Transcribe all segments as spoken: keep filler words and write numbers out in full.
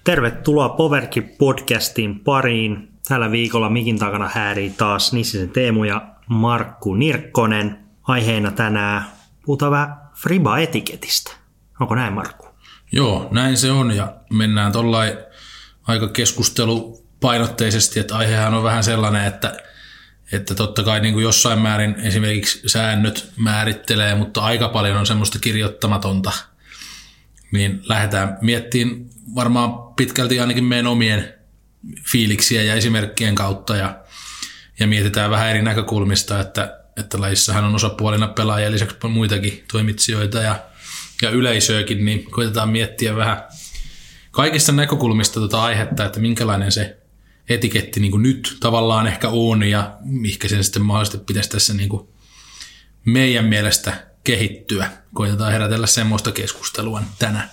Tervetuloa Powergrip-podcastin pariin. Tällä viikolla mikin takana häärii taas Nissisen Teemu ja Markku Nirkkonen. Aiheena tänään puhutaan vähän Friba-etiketistä. Onko näin, Markku? Joo, näin se on ja mennään tollain aika keskustelupainotteisesti, että aihehan on vähän sellainen, että, että totta kai niin kuin jossain määrin esimerkiksi säännöt määrittelee, mutta aika paljon on semmoista kirjoittamatonta. Niin lähdetään miettimään varmaan pitkälti ainakin meidän omien fiiliksiä ja esimerkkien kautta ja, ja mietitään vähän eri näkökulmista, että, että lajissahan on osapuolina pelaajia, lisäksi muitakin toimitsijoita ja, ja yleisöäkin, niin koitetaan miettiä vähän kaikista näkökulmista tuota aihetta, että minkälainen se etiketti niin kuin nyt tavallaan ehkä on ja mihinkä sen sitten mahdollisesti pitäisi tässä niin kuin meidän mielestä kehittyä. Koitetaan herätellä semmoista keskustelua tänään.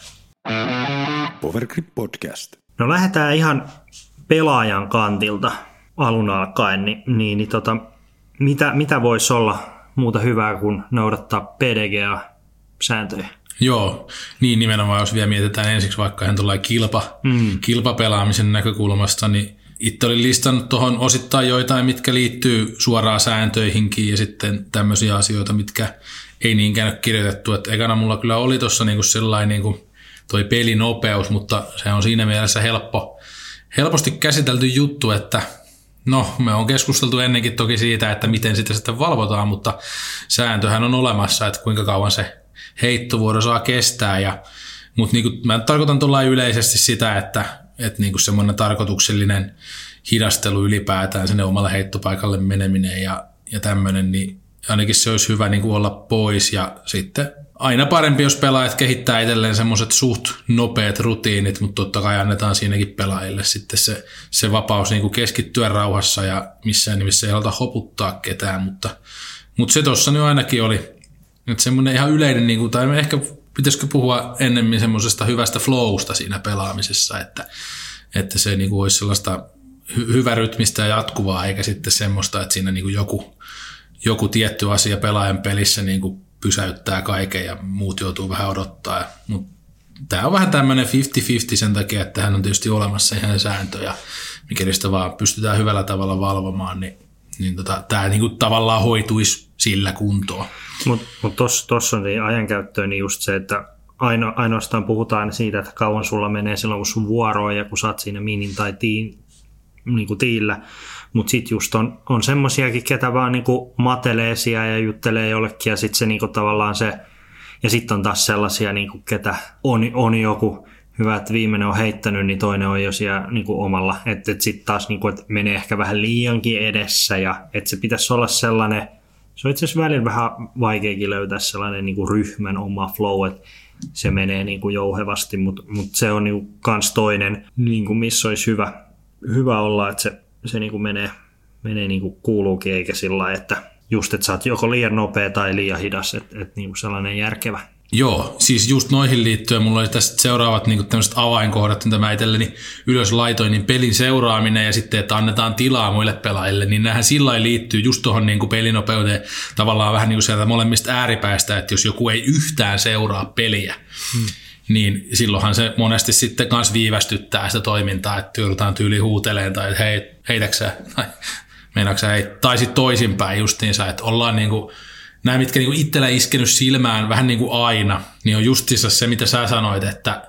Powergrip Podcast. No lähdetään ihan pelaajan kantilta alun alkaen, niin, niin, niin tota, mitä, mitä voisi olla muuta hyvää kuin noudattaa P D G A-sääntöjä? Joo, niin nimenomaan jos vielä mietitään ensiksi vaikka ihan tuollainen kilpa, mm. kilpapelaamisen näkökulmasta, niin itse olin listannut tuohon osittain joitain, mitkä liittyy suoraan sääntöihinkin ja sitten tämmöisiä asioita, mitkä ei niinkään ole kirjoitettu. Että ekana mulla kyllä oli tuossa niinku sellainen niinku toi pelinopeus, mutta se on siinä mielessä helppo, helposti käsitelty juttu, että no me on keskusteltu ennenkin toki siitä, että miten sitä sitten valvotaan, mutta sääntöhän on olemassa, että kuinka kauan se heittovuoro saa kestää. Ja, mutta niinku, mä tarkoitan tuolla yleisesti sitä, että, että niinku semmoinen tarkoituksellinen hidastelu ylipäätään sinne omalle heittopaikalle meneminen ja, ja tämmöinen, niin ainakin se olisi hyvä niin kuin olla pois ja sitten aina parempi, jos pelaajat kehittää itselleen semmoiset suht nopeat rutiinit, mutta totta kai annetaan siinäkin pelaajille sitten se, se vapaus niin kuin keskittyä rauhassa ja missään nimessä ei haluta hoputtaa ketään, mutta, mutta se tuossa nyt ainakin oli, että semmoinen ihan yleinen, niin kuin, tai ehkä pitäisikö puhua ennemmin semmoisesta hyvästä flowsta siinä pelaamisessa, että, että se niin kuin olisi sellaista hy- hyvä rytmistä ja jatkuvaa, eikä sitten semmoista, että siinä niin kuin joku joku tietty asia pelaajan pelissä niin kuin pysäyttää kaiken ja muut joutuu vähän odottaa. Mutta tämä on vähän tämmöinen viisikymmentä viisikymmentä sen takia, että tähän on tietysti olemassa ihan sääntöjä, mikäli sitä vaan pystytään hyvällä tavalla valvomaan, niin, niin tota, tämä niin kuin tavallaan hoituisi sillä kuntoon. Mutta mut tuossa on niin ajankäyttöön niin just se, että aino, ainoastaan puhutaan siitä, että kauan sulla menee silloin, kun sun vuoro on ja kun sä oot siinä minin tai tiin, niin kuin tiillä. Mutta sitten just on, on semmoisiakin, ketä vaan niinku matelee siellä ja juttelee jollekin ja sitten se niinku tavallaan se, ja sitten on taas sellaisia, niinku, ketä on, on joku hyvä, että viimeinen on heittänyt, niin toinen on jo siellä niinku omalla. Että et sitten taas niinku, et menee ehkä vähän liiankin edessä ja että se pitäisi olla sellainen, se on itse asiassa välillä vähän vaikeakin löytää sellainen niinku ryhmän oma flow, että se menee niinku jouhevasti, mutta mut se on niinku kans toinen, niinku, missä olisi hyvä, hyvä olla, että se se niin kuin menee, menee niin kuin kuuluukin, eikä sillä lailla, että just, että sä oot joko liian nopea tai liian hidas, että, että niin kuin sellainen järkevä. Joo, siis just noihin liittyen mulla oli tästä seuraavat niin kuin tämmöiset avainkohdat, mitä mä itselleni ylös laitoin, niin pelin seuraaminen ja sitten, että annetaan tilaa muille pelaajille, niin näähän sillä lailla liittyy just tuohon niin kuin pelinopeuteen tavallaan vähän niin kuin sieltä molemmista ääripäistä, että jos joku ei yhtään seuraa peliä, hmm. niin silloinhan se monesti sitten kans viivästyttää sitä toimintaa, että joudutaan tyyliin huuteleen tai että hei, heitäksä, tai meinaksä hei, tai sitten toisinpäin justiinsa, että ollaan niinku, nämä mitkä niinku itsellä iskenyt silmään vähän niin kuin aina, niin on justiinsa se, mitä sä sanoit, että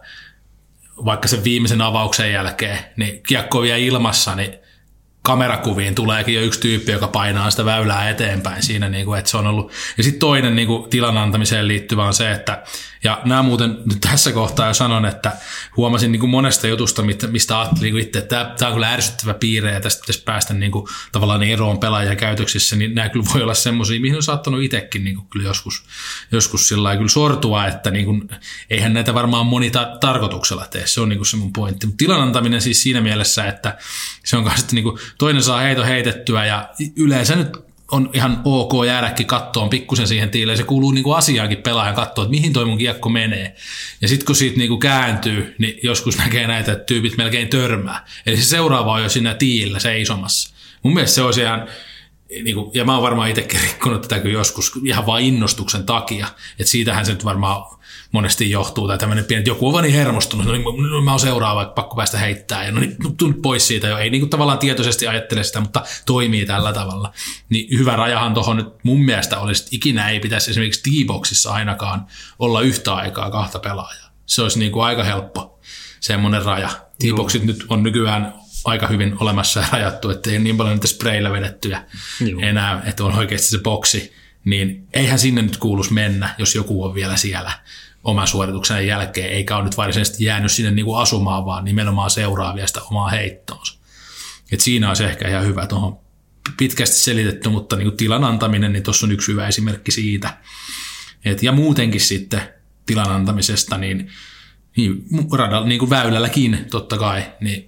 vaikka sen viimeisen avauksen jälkeen, niin kiekko on vielä ilmassa, niin kamerakuviin tuleekin jo yksi tyyppi, joka painaa sitä väylää eteenpäin siinä, niin kuin, että se on ollut. Ja sitten toinen niin kuin, tilan antamiseen liittyvä on se, että, ja nämä muuten nyt tässä kohtaa jo sanon, että huomasin niin kuin monesta jutusta, mistä ajattelin itse, että tämä, tämä on kyllä ärsyttävä piirre ja tästä pitäisi päästä niin kuin, tavallaan eroon pelaajien käytöksissä, niin nämä kyllä voi olla semmoisia, mihin on saattanut itsekin niin kuin, kyllä joskus, joskus sillä lailla kyllä sortua, että niin kuin, eihän näitä varmaan moni ta- tarkoituksella tee, se on niin kuin se mun pointti. Mutta tilan antaminen siis siinä mielessä, että se on kanssa niin kuin, toinen saa heito heitettyä ja yleensä nyt on ihan ok jäädäkin kattoon pikkusen siihen tiileen. Se kuuluu niinku asiaankin pelaajan katsoa, että mihin toi mun kiekko menee. Ja sitten kun siitä niinku kääntyy, niin joskus näkee näitä, että tyypit melkein törmää. Eli se seuraava on jo siinä tiillä seisomassa. Mun mielestä se olisi ihan niin kuin, ja mä oon varmaan itsekin rikkonut tätä kyllä joskus ihan vaan innostuksen takia, että siitähän se nyt varmaan monesti johtuu, tai tämmöinen pieni, että joku on vaan niin hermostunut, no niin, mä oon seuraava, pakko päästä heittää, ja no niin, tuun pois siitä jo, ei niin kuin tavallaan tietoisesti ajattele sitä, mutta toimii tällä tavalla. Niin hyvä rajahan tuohon nyt mun mielestä olisi, että ikinä ei pitäisi esimerkiksi T-boxissa ainakaan olla yhtä aikaa kahta pelaajaa. Se olisi niin kuin aika helppo semmoinen raja. T-boxit nyt on nykyään aika hyvin olemassa ja rajattu, että ei ole niin paljon niitä spraylla vedettyjä Joo. enää, että on oikeasti se boksi, niin eihän sinne nyt kuuluisi mennä, jos joku on vielä siellä oman suorituksen jälkeen, eikä ole nyt varsinaisesti jäänyt sinne niin kuin asumaan, vaan nimenomaan seuraavia sitä omaa heittoonsa. Et siinä olisi ehkä ihan hyvä tuohon pitkästi selitetty, mutta niin kuin tilan antaminen, niin tuossa on yksi hyvä esimerkki siitä. Et, ja muutenkin sitten tilan antamisesta, niin, niin radalla, niin kuin väylälläkin totta kai, niin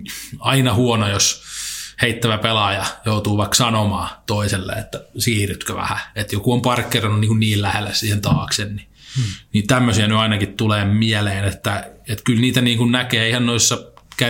aina huono, jos heittävä pelaaja joutuu vaikka sanomaan toiselle, että siirrytkö vähän, että joku on parkkeerannut niin, niin lähelle siihen taakse, niin, hmm. niin tämmöisiä nyt ainakin tulee mieleen, että, että kyllä niitä niin kuin näkee ihan noissa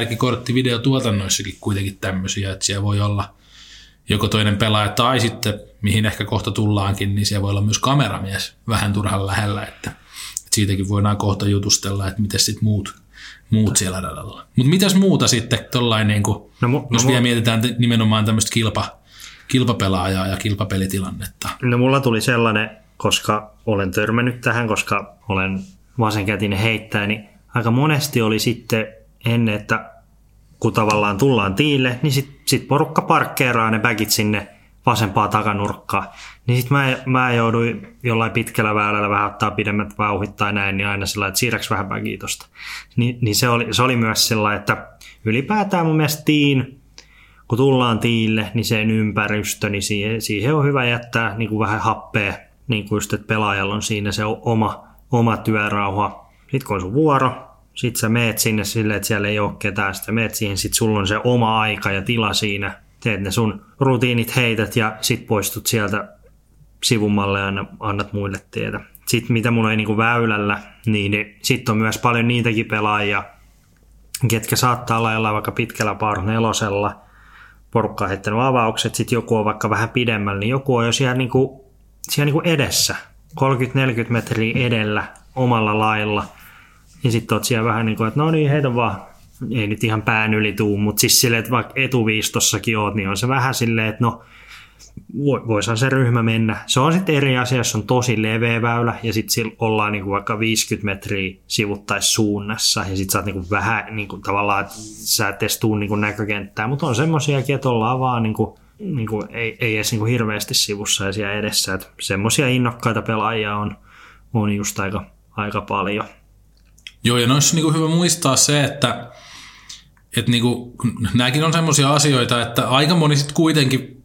kärkikorttivideotuotannoissakin kuitenkin tämmöisiä, että siellä voi olla joko toinen pelaaja tai sitten, mihin ehkä kohta tullaankin, niin siellä voi olla myös kameramies vähän turhan lähellä, että, että siitäkin voidaan kohta jutustella, että miten sitten muut Muut siellä radalla. Mutta mitäs muuta sitten, tollain, niin kuin, no, mu- jos no, vielä mu- mietitään te, nimenomaan tämmöistä kilpa, kilpapelaajaa ja kilpapelitilannetta? No mulla tuli sellainen, koska olen törmännyt tähän, koska olen vasenkätinen heittäjä, niin aika monesti oli sitten ennen, että kun tavallaan tullaan tiille, niin sitten sit porukka parkkeeraa ne bagit sinne vasempaa takanurkkaa. Niin sitten mä, mä jouduin jollain pitkällä väylällä vähän ottaa pidemmät vauhdit tai näin, niin aina sillä, että siirräks vähän bagia tosta. Ni, niin se oli, se oli myös sillä, että ylipäätään mun mielestä tiin, kun tullaan tiille, niin sen ympäristö, niin siihen, siihen on hyvä jättää niin kuin vähän happea, niin kuin just, että pelaajalla on siinä se oma, oma työrauha. Sitten kun on sun vuoro, sitten sä meet sinne silleen, että siellä ei ole ketään, sitten meet siihen, sitten sulla on se oma aika ja tila siinä, teet ne sun rutiinit, heität ja sit poistut sieltä sivumalle ja annat muille tietä. Sitten mitä mulla ei niinku väylällä, niin, niin sitten on myös paljon niitäkin pelaajia, ketkä saattaa olla jollain vaikka pitkällä Power nelosella, porukka on heittänyt avaukset, sitten joku on vaikka vähän pidemmällä, niin joku on jo siellä, niinku, siellä niinku edessä, kolmekymmentä neljäkymmentä metriä edellä omalla lailla. Ja sitten oot siellä vähän niin kuin, että no niin, heitä vaan. Ei nyt ihan pään yli tuu, mutta siis silleen, että vaikka etuviistossakin oot, niin on se vähän silleen, että no voisihan se ryhmä mennä. Se on sitten eri asia, jos on tosi leveä väylä ja sitten ollaan niinku vaikka viisikymmentä metriä sivuttaissuunnassa ja sitten sä oot niinku vähän niinku tavallaan, että sä et edes tuu niinku näkökenttää, mutta on semmosiakin, että ollaan vaan niinku, niinku, ei, ei edes niinku hirveästi sivussa ja siellä edessä. Että semmosia innokkaita pelaajia on, on just aika, aika paljon. Joo, ja noissa on niinku hyvä muistaa se, että että niinku, nämäkin on semmoisia asioita, että aika moni sitten kuitenkin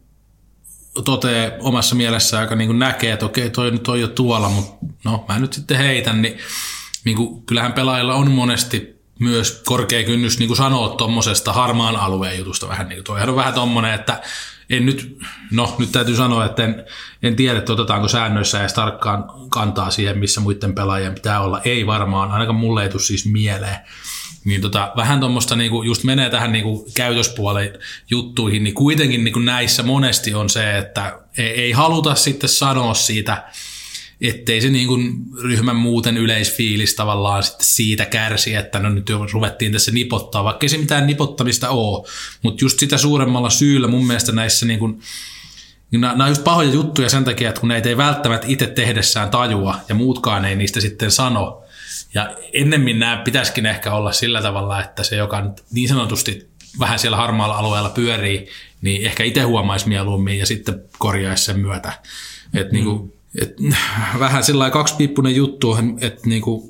totee omassa mielessään, joka niinku näkee, että okei, toi nyt on jo tuolla, mutta no, mä nyt sitten heitän, niin niinku, kyllähän pelaajilla on monesti myös korkea kynnys niinku sanoa tuommoisesta harmaan alueen jutusta vähän. Niinku, toihan on vähän tommoinen, että en nyt, no nyt täytyy sanoa, että en, en tiedä, että otetaanko säännöissä edes tarkkaan kantaa siihen, missä muiden pelaajien pitää olla. Ei varmaan, ainakaan mulle ei tule siis mieleen. Niin tota, vähän tuommoista niinku, just menee tähän niinku käytöspuolen juttuihin, niin kuitenkin niinku näissä monesti on se, että ei, ei haluta sitten sanoa siitä, ettei se niinku ryhmän muuten yleisfiilis tavallaan sitten siitä kärsi, että no nyt ruvettiin tässä nipottaa, vaikka ei se mitään nipottamista ole, mutta just sitä suuremmalla syyllä mun mielestä näissä niinku, nämä on just pahoja juttuja sen takia, että kun näitä ei välttämättä itse tehdessään tajua ja muutkaan ei niistä sitten sano. Ja ennemmin nämä pitäisikin ehkä olla sillä tavalla, että se, joka niin sanotusti vähän siellä harmaalla alueella pyörii, niin ehkä itse huomaisi mieluummin ja sitten korjaisi sen myötä. Et mm. niinku, et, vähän sellainen kaksipiippunen juttu, että niinku,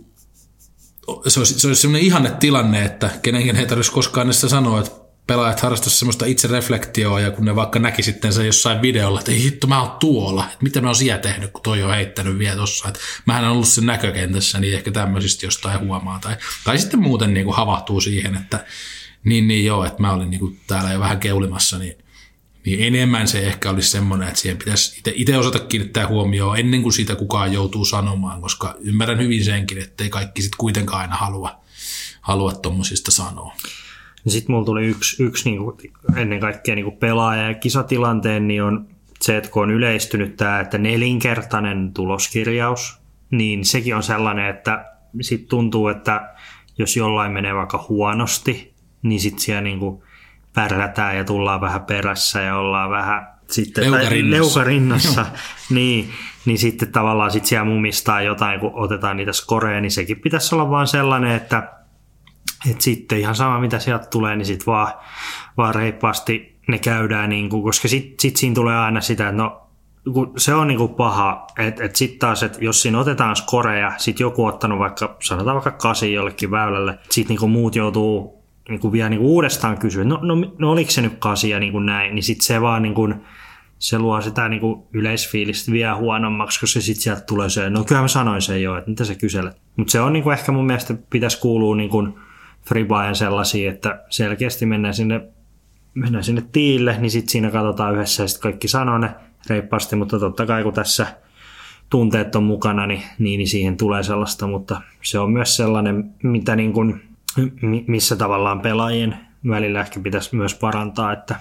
se olisi, se olisi sellainen ihanne tilanne, että kenenkin ei tarvitsisi koskaan näistä sanoa, että pelaajat harrastaisivat semmoista itsereflektioa, ja kun ne vaikka näki sitten sen jossain videolla, että ei hitto, mä oon tuolla, että mitä mä oon siellä tehnyt, kun toi on heittänyt vielä tossa, että mähän on ollut sen näkökentässä, niin ehkä tämmöisistä jostain huomaa, tai, tai sitten muuten niin kuin havahtuu siihen, että niin, niin joo, että mä olin niin kuin täällä jo vähän keulimassa, niin, niin enemmän se ehkä olisi semmoinen, että siihen pitäisi itse osata kiinnittää huomioon ennen kuin siitä kukaan joutuu sanomaan, koska ymmärrän hyvin senkin, että ei kaikki sitten kuitenkaan aina halua, halua tommosista sanoa. Sitten mulla tuli yksi, yksi niin kuin, ennen kaikkea niin kuin pelaaja ja kisatilanteen, niin on se, että kun on yleistynyt tämä, että nelinkertainen tuloskirjaus, niin sekin on sellainen, että sitten tuntuu, että jos jollain menee vaikka huonosti, niin sitten siellä niinku pärjätään ja tullaan vähän perässä ja ollaan vähän sitten leukarinnassa, leukarinnassa niin, niin sitten tavallaan sit siellä mumistaa jotain, kun otetaan niitä skoreja, niin sekin pitäisi olla vaan sellainen, että, että sitten ihan sama mitä sieltä tulee, niin sitten vaan, vaan reippaasti ne käydään, niin kuin, koska sitten sit siinä tulee aina sitä, että no, se on niin kuin paha, että et sitten taas, että jos siinä otetaan skoreja, sitten joku on ottanut vaikka, sanotaan vaikka kasi jollekin väylälle, sitten niin muut joutuu niin kuin vielä niin kuin uudestaan kysyä, no, no, no oliko se nyt kasi ja niin kuin näin, niin sitten se vaan niin kuin, se luo sitä niin kuin yleisfiilistä vielä huonommaksi, koska sitten sieltä tulee se, no kyllä mä sanoin sen jo, että mitä sä kyselet. Mutta se on niin kuin ehkä mun mielestä pitäisi kuulua niin kuin freebyen sellaisia, että selkeästi mennään sinne, mennään sinne tiille, niin sitten siinä katsotaan yhdessä ja sitten kaikki sanoo ne reippaasti, mutta totta kai kun tässä tunteet on mukana, niin, niin, niin siihen tulee sellaista, mutta se on myös sellainen, mitä niin kuin, missä tavallaan pelaajien välillä ehkä pitäisi myös parantaa, että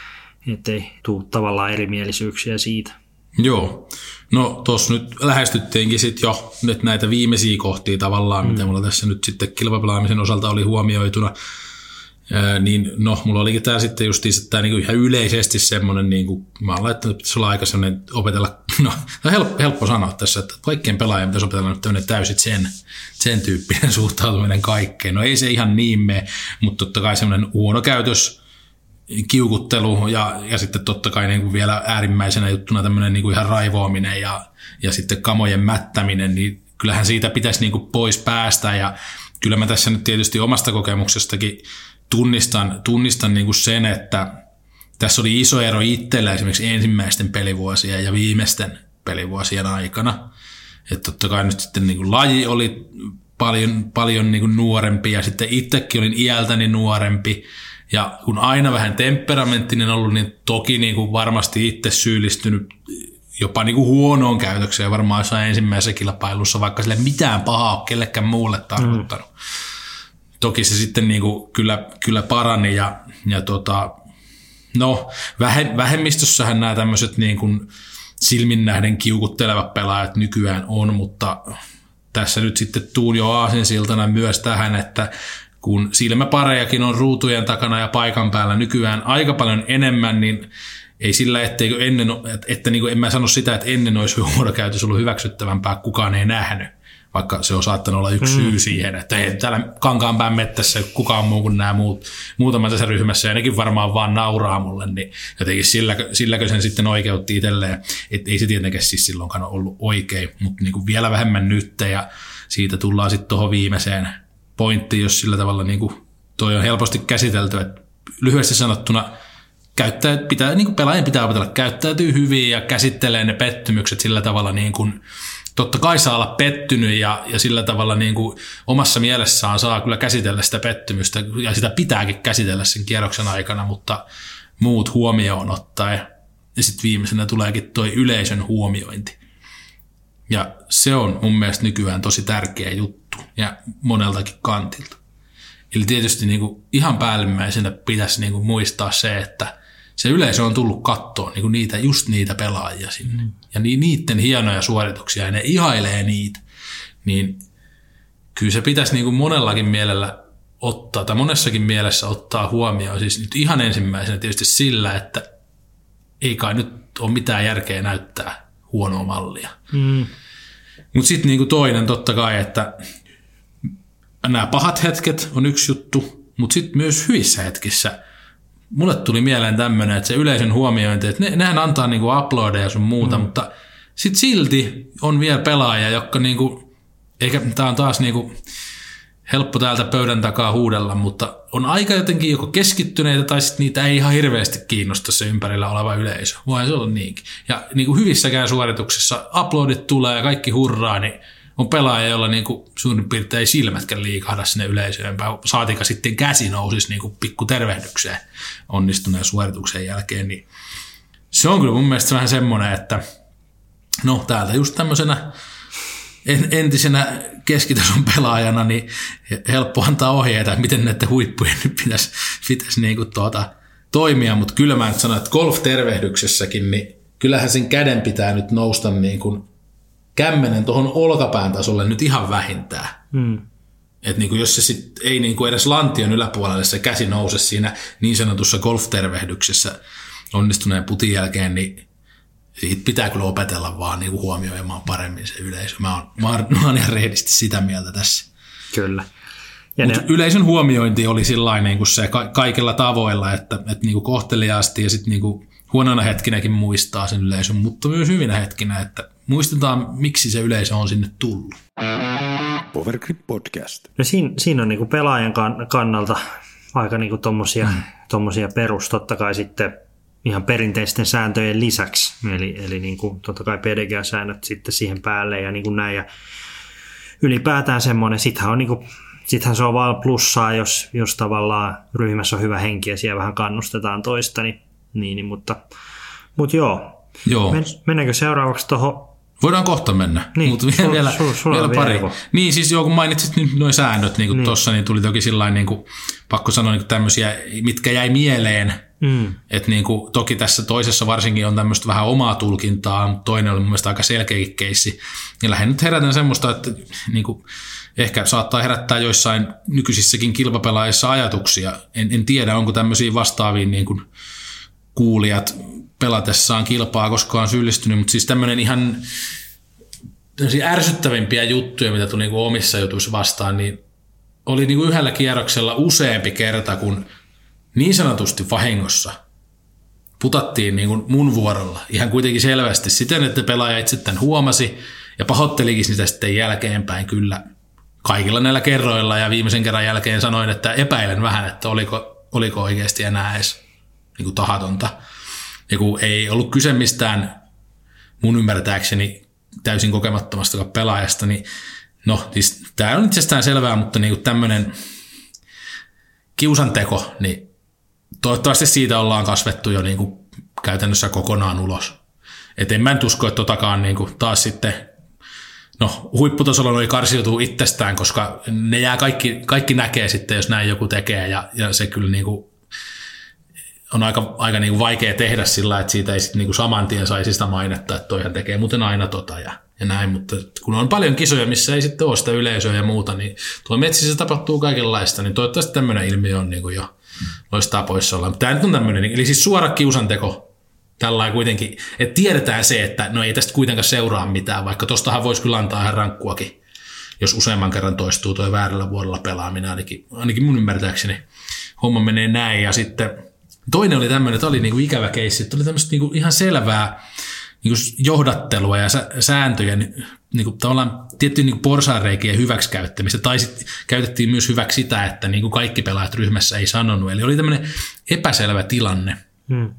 ei tule tavallaan erimielisyyksiä siitä. Joo. No tuossa nyt lähestyttiinkin sitten jo nyt näitä viimeisiä kohtia tavallaan, mm. mitä mulla tässä nyt sitten kilpapelaamisen osalta oli huomioituna. Ää, niin no, mulla olikin tää sitten justiinsa tää niinku ihan yleisesti semmonen, niinku, mä oon laittanut, että pitäisi olla aika semmonen opetella, no, on helppo, helppo sanoa tässä, että kaikkien pelaajien pitäisi opetella nyt tämmönen täysin sen, sen tyyppinen suhtautuminen kaikkeen. No ei se ihan niin mene, mutta totta kai semmonen huono käytös, kiukuttelu ja, ja sitten totta kai niinku vielä äärimmäisenä juttuna tämmönen niinku ihan raivoaminen ja, ja sitten kamojen mättäminen, niin kyllähän siitä pitäisi niinku pois päästä ja kyllä mä tässä nyt tietysti omasta kokemuksestakin tunnistan, tunnistan niinku sen, että tässä oli iso ero itsellä esimerkiksi ensimmäisten pelivuosien ja viimeisten pelivuosien aikana. Että totta kai nyt sitten niinku laji oli paljon, paljon niinku nuorempi ja sitten itsekin olin iältäni nuorempi. Ja kun aina vähän temperamenttinen ollut, niin toki niinku varmasti itse syyllistynyt jopa niinku huonoon käytökseen varmaan jossain ensimmäisessä kilpailussa, vaikka sille mitään pahaa ole kellekään muulle tarkoittanut. Mm. Toki se sitten niinku kyllä, kyllä parani ja, ja tota, no, vähemmistössähän nämä tämmöiset niinku silmin nähden kiukuttelevat pelaajat nykyään on, mutta tässä nyt sitten tuun jo aasinsiltana myös tähän, että kun silmäparejakin on ruutujen takana ja paikan päällä nykyään aika paljon enemmän, niin ei sillä, etteikö ennen, että, että niin kuin en mä sano sitä, että ennen olisi huonokäytös ollut hyväksyttävämpää, kukaan ei nähnyt, vaikka se on saattanut olla yksi mm. syy siihen, että ei täällä Kankaanpään mettässä kukaan muu kuin nämä muut, muutaman tässä ryhmässä, ja nekin varmaan vaan nauraa mulle, niin jotenkin silläkö, silläkö sen sitten oikeutti itselleen, että ei se tietenkään siis silloinkaan ole ollut oikein, mutta niin kuin vielä vähemmän nyt, ja siitä tullaan sitten tuohon viimeiseen pointti, jos sillä tavalla niin kuin toi on helposti käsitelty, että lyhyesti sanottuna käyttäjät pitää, niin kuin pelaajien pitää opetella käyttäytyy hyvin ja käsittelee ne pettymykset sillä tavalla niin kuin, totta kai saa olla pettynyt ja, ja sillä tavalla niin kuin omassa mielessään saa kyllä käsitellä sitä pettymystä ja sitä pitääkin käsitellä sen kierroksen aikana, mutta muut huomioon ottaen. Ja sitten viimeisenä tuleekin toi yleisön huomiointi. Ja se on mun mielestä nykyään tosi tärkeä juttu ja moneltakin kantilta. Eli tietysti niin kuin ihan päällimmäisenä pitäisi niin kuin muistaa se, että se yleisö on tullut kattoon niin kuin niitä, just niitä pelaajia sinne. Mm. Ja niiden hienoja suorituksia ja ne ihailee niitä. Niin kyllä se pitäisi niin kuin monellakin mielellä ottaa, tai monessakin mielessä ottaa huomioon. Siis nyt ihan ensimmäisenä tietysti sillä, että ei kai nyt ole mitään järkeä näyttää huonoa mallia. Mm. Mutta sitten niinku toinen totta kai, että nämä pahat hetket on yksi juttu, mutta sitten myös hyvissä hetkissä. Mulle tuli mieleen tämmöinen, että se yleisön huomiointi, että ne, nehän antaa niinku uploadeja sun muuta, mm. mutta sitten silti on vielä pelaajia, jotka niinku, eikä tämä on taas niinku helppo täältä pöydän takaa huudella, mutta on aika jotenkin joko keskittyneitä tai sitten niitä ei ihan hirveästi kiinnosta se ympärillä oleva yleisö. Voi se olla niinkin. Ja niin kuin hyvissäkään suorituksissa uploadit tulee ja kaikki hurraa, niin on pelaaja, jolla niin kuin suurin piirtein silmätkään liikahda sinne yleisöön. Saatika sitten käsi nousisi niin kuin pikku tervehdykseen onnistuneen suorituksen jälkeen. Niin se on kyllä mun mielestä vähän semmoinen, että no täältä just tämmöisenä entisenä keskitason pelaajana, niin helppo antaa ohjeita, että miten näiden huippujen pitäisi, pitäisi niin kuin tuota, toimia, mutta kyllä mä nyt sanon, että golf-tervehdyksessäkin, niin kyllähän sen käden pitää nyt nousta niin kuin kämmenen tuohon olkapään tasolle nyt ihan vähintään. Mm. Että niin jos se sit ei niin kuin edes lantion yläpuolelle se käsi nouse siinä niin sanotussa golf-tervehdyksessä onnistuneen putin jälkeen, niin siitä pitää kyllä opetella vaan niin kuin huomioimaan paremmin se yleisö. Mä oon, mä oon, mä oon ihan rehdisti sitä mieltä tässä. Kyllä. Mutta ne... yleisön huomiointi oli sillain niin kuin se ka- kaikilla tavoilla, että, että niin kuin kohteliaasti ja sitten niin kuin huonona hetkinäkin muistaa sen yleisön, mutta myös hyvinä hetkinä, että muistetaan, miksi se yleisö on sinne tullut. Powergrip Podcast. No siinä, siinä on niin kuin pelaajan kannalta aika niin kuin tommosia, mm. tommosia perus, totta kai sitten ihan perinteisten sääntöjen lisäksi, eli, eli niin kuin, totta kai P D G A-säännöt sitten siihen päälle ja niin kuin näin, ja ylipäätään semmoinen, sittenhän, on niin kuin, sittenhän se on vaan plussaa, jos, jos tavallaan ryhmässä on hyvä henki ja siellä vähän kannustetaan toista, niin, niin, niin mutta, mutta joo. joo. Men, mennäänkö seuraavaksi tuohon? Voidaan kohta mennä, niin, mutta vielä, sul, vielä, sul, sul vielä pari. vielä. Niin siis joo, kun mainitsit nyt nuo säännöt niin niin. tuossa, niin tuli toki sillain, niin kuin, pakko sanoa niin tämmöisiä, mitkä jäi mieleen. Mm. Että niin kuin, toki tässä toisessa varsinkin on tämmöistä vähän omaa tulkintaa, mutta toinen oli mun mielestä aika selkeäkin keissi. Ja lähden nyt herätän semmoista, että niin kuin, ehkä saattaa herättää joissain nykyisissäkin kilpapelaajissa ajatuksia. En, en tiedä, onko tämmöisiä vastaavia niin kuin kuulijat pelatessaan kilpaa koskaan syyllistynyt, mutta siis tämmöinen ihan ärsyttävimpiä juttuja, mitä tuli niin kuin omissa jutuissa vastaan, niin oli niin kuin yhdellä kierroksella useampi kerta, kun niin sanotusti vahingossa putattiin niin kuin mun vuorolla ihan kuitenkin selvästi siten, että pelaaja itse tämän huomasi ja pahoittelikin sitä sitten jälkeenpäin kyllä kaikilla näillä kerroilla ja viimeisen kerran jälkeen sanoin, että epäilen vähän, että oliko, oliko oikeasti enää edes niin kuin tahatonta. Ja kun ei ollut kyse mistään mun ymmärtääkseni täysin kokemattomasta pelaajasta, niin no siis tämä on itsestään selvää, mutta niin kuin tämmöinen kiusanteko, niin toivottavasti siitä ollaan kasvettu jo niin kuin käytännössä kokonaan ulos. Et en mä nyt usko, että totakaan niin kuin taas sitten, no huipputasolla noi karsiutuu itsestään, koska ne jää kaikki, kaikki näkee sitten, jos näin joku tekee, ja, ja se kyllä niin kuin on aika, aika niin kuin vaikea tehdä sillä, että siitä ei sitten niin kuin saman tien saisi sitä mainetta, että toihan tekee muuten aina tota ja, ja näin, mutta kun on paljon kisoja, missä ei sitten ole sitä yleisöä ja muuta, niin tuo metsissä tapahtuu kaikenlaista, niin toivottavasti tämmöinen ilmiö on niin kuin jo loistaa poissaollaan. Tämä nyt on tämmöinen, eli siis suora kiusanteko tällainen kuitenkin, että tiedetään se, että no ei tästä kuitenkaan seuraa mitään, vaikka tostahan voisi kyllä antaa ihan rankkuakin, jos useamman kerran toistuu tuo väärällä vuodella pelaaminen, ainakin, ainakin mun ymmärtääkseni homma menee näin, ja sitten toinen oli tämmöinen, että oli niinku ikävä keissi, että oli tämmöistä niinku ihan selvää niinku johdattelua ja sääntöjen niinku tavallaan tiettyjen niinku porsaanreikien hyväksikäyttämistä, tai sitten käytettiin myös hyväksi sitä, että niinku kaikki pelaajat ryhmässä ei sanonut, eli oli tämmöinen epäselvä tilanne. Hmm.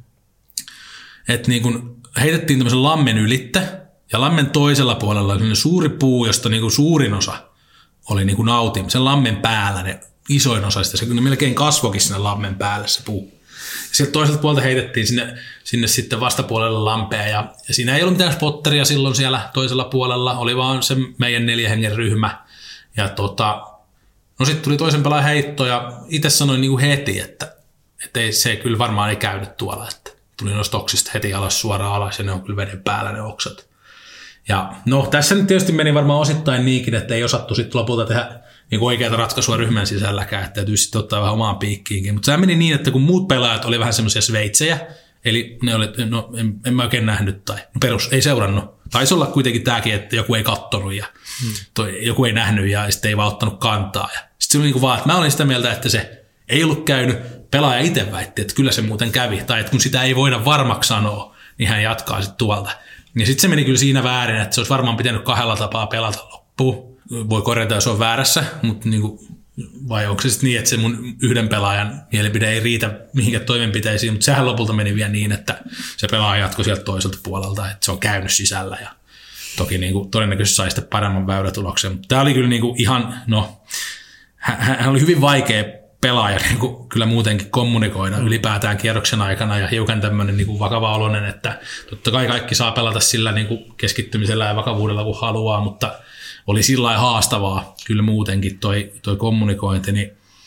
Että niinku heitettiin tämmöisen lammen ylittä, ja lammen toisella puolella oli suuri puu, josta niinku suurin osa oli niinku nautin, sen lammen päällä ne isoin osa sitä, se kyllä melkein kasvokin sinne lammen päälle se puu. Sieltä toiselta puolelta heitettiin sinne, sinne sitten vastapuolelle lampea ja, ja siinä ei ollut mitään spotteria silloin siellä toisella puolella, oli vaan se meidän neljä hengen ryhmä. Ja tota, no sitten tuli toisen pelaajan heitto ja itse sanoin niin kuin heti, että, että ei, se kyllä varmaan ei käynyt tuolla, että tuli noista oksista heti alas suoraan alas ja ne on kyllä veden päällä ne oksat. Ja no tässä nyt tietysti meni varmaan osittain niinkin, että ei osattu sitten lopulta tehdä niin oikeaa ratkaisua ryhmän sisälläkään, että täytyy sitten ottaa vähän omaan piikkiinkin. Mutta se meni niin, että kun muut pelaajat oli vähän semmoisia sveitsejä, eli ne oli, no en, en mä oikein nähnyt tai no perus, ei seurannut. Taisi olla kuitenkin tämäkin, että joku ei kattonut ja hmm. toi, joku ei nähnyt ja sitten ei vaan ottanut kantaa. Sitten se oli niin kuin vaan, että mä olin sitä mieltä, että se ei ollut käynyt. Pelaaja itse väitti, että kyllä se muuten kävi. Tai että kun sitä ei voida varmaksi sanoa, niin hän jatkaa sitten tuolta. Ja sitten se meni kyllä siinä väärin, että se olisi varmaan pitänyt kahdella tapaa pelata loppuun. Voi korjata, jos on väärässä, mutta niinku, vai onko se sitten niin, että se mun yhden pelaajan mielipide ei riitä mihinkään toimenpiteisiin, mutta sehän lopulta meni vielä niin, että se pelaaja jatkoi sieltä toiselta puolelta, että se on käynyt sisällä ja toki niinku, todennäköisesti sai sitten paremman väylätuloksen. Mutta tämä oli kyllä niinku ihan, no, hän, hän oli hyvin vaikea pelaaja niinku, kyllä muutenkin kommunikoida ylipäätään kierroksen aikana ja hiukan tämmöinen niinku, vakava-oloinen, että totta kai kaikki saa pelata sillä niinku, keskittymisellä ja vakavuudella kun haluaa, mutta oli sillä lailla haastavaa kyllä muutenkin toi, toi kommunikointi, niin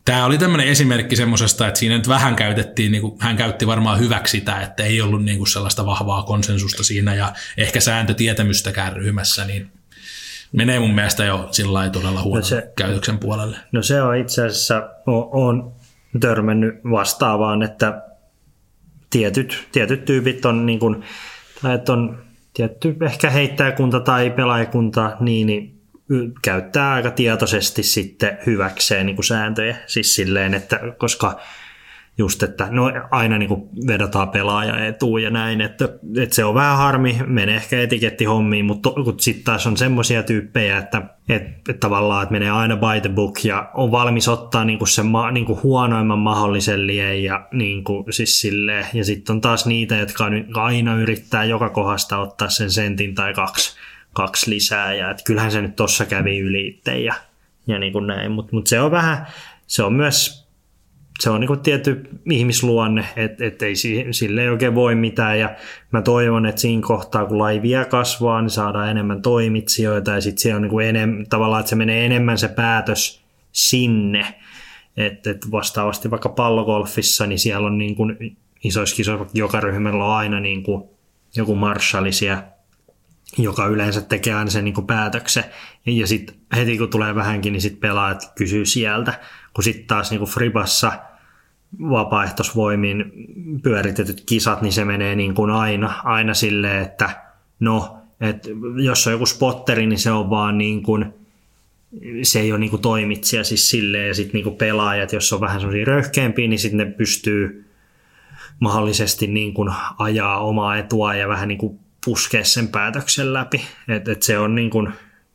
Tämä oli tämmöinen esimerkki semmoisesta, että siinä nyt vähän käytettiin, niin kuin hän käytti varmaan hyväksi sitä, että ei ollut niin kuin sellaista vahvaa konsensusta siinä ja ehkä sääntötietämystäkään ryhmässä, niin menee mun mielestä jo sillä lailla todella huonon no se, käytöksen puolelle. No se on itse asiassa, on törmännyt vastaavaan, että tietyt, tietyt tyypit on, niin kuin, tai että on tietty ehkä heittäjäkunta tai pelaajakunta, niin, niin käyttää aika tietoisesti sitten hyväkseen niin kuin sääntöjä, siis silleen, että koska just, että no aina niin kuin vedotaan pelaaja etuun ja näin, että, että se on vähän harmi, menee ehkä etikettihommiin, mutta sitten taas on semmoisia tyyppejä, että, että, että tavallaan että menee aina by the book ja on valmis ottaa niin kuin sen niin kuin huonoimman mahdollisen lien ja, niin kuin, siis silleen, ja sitten on taas niitä, jotka aina yrittää joka kohdasta ottaa sen sentin tai kaksi kaksi lisää, ja että kyllähän se nyt tossa kävi yli itse ja, ja niin kuin näin, mutta mut se on vähän, se on myös, se on niin kuin tietty ihmisluonne, että et ei sille ei oikein voi mitään, ja mä toivon, että siinä kohtaa, kun laji vielä kasvaa, niin saadaan enemmän toimitsijoita, ja sitten se on niin kuin enemmän, tavallaan, että se menee enemmän se päätös sinne, että et vastaavasti vaikka pallogolfissa, niin siellä on niin kuin isoissa kisoissa, joka ryhmällä on aina niin kuin joku marshalli siellä, joka yleensä tekee aina sen niin kuin päätöksen. Ja sitten heti kun tulee vähänkin, niin sitten pelaajat kysyy sieltä. Kun sitten taas niin kuin Fribassa vapaaehtoisvoimiin pyöritetyt kisat, niin se menee niin kuin aina, aina silleen, että no, että jos on joku spotteri, niin se on vaan niin kuin, se ei ole niin kuin toimitsija siis silleen. Ja sitten niin kuin pelaajat, jos on vähän semmoisia röyhkeämpiä, niin sitten ne pystyy mahdollisesti niin kuin ajaa omaa etua ja vähän niin kuin puskea sen päätöksen läpi, että et se on niin kuin,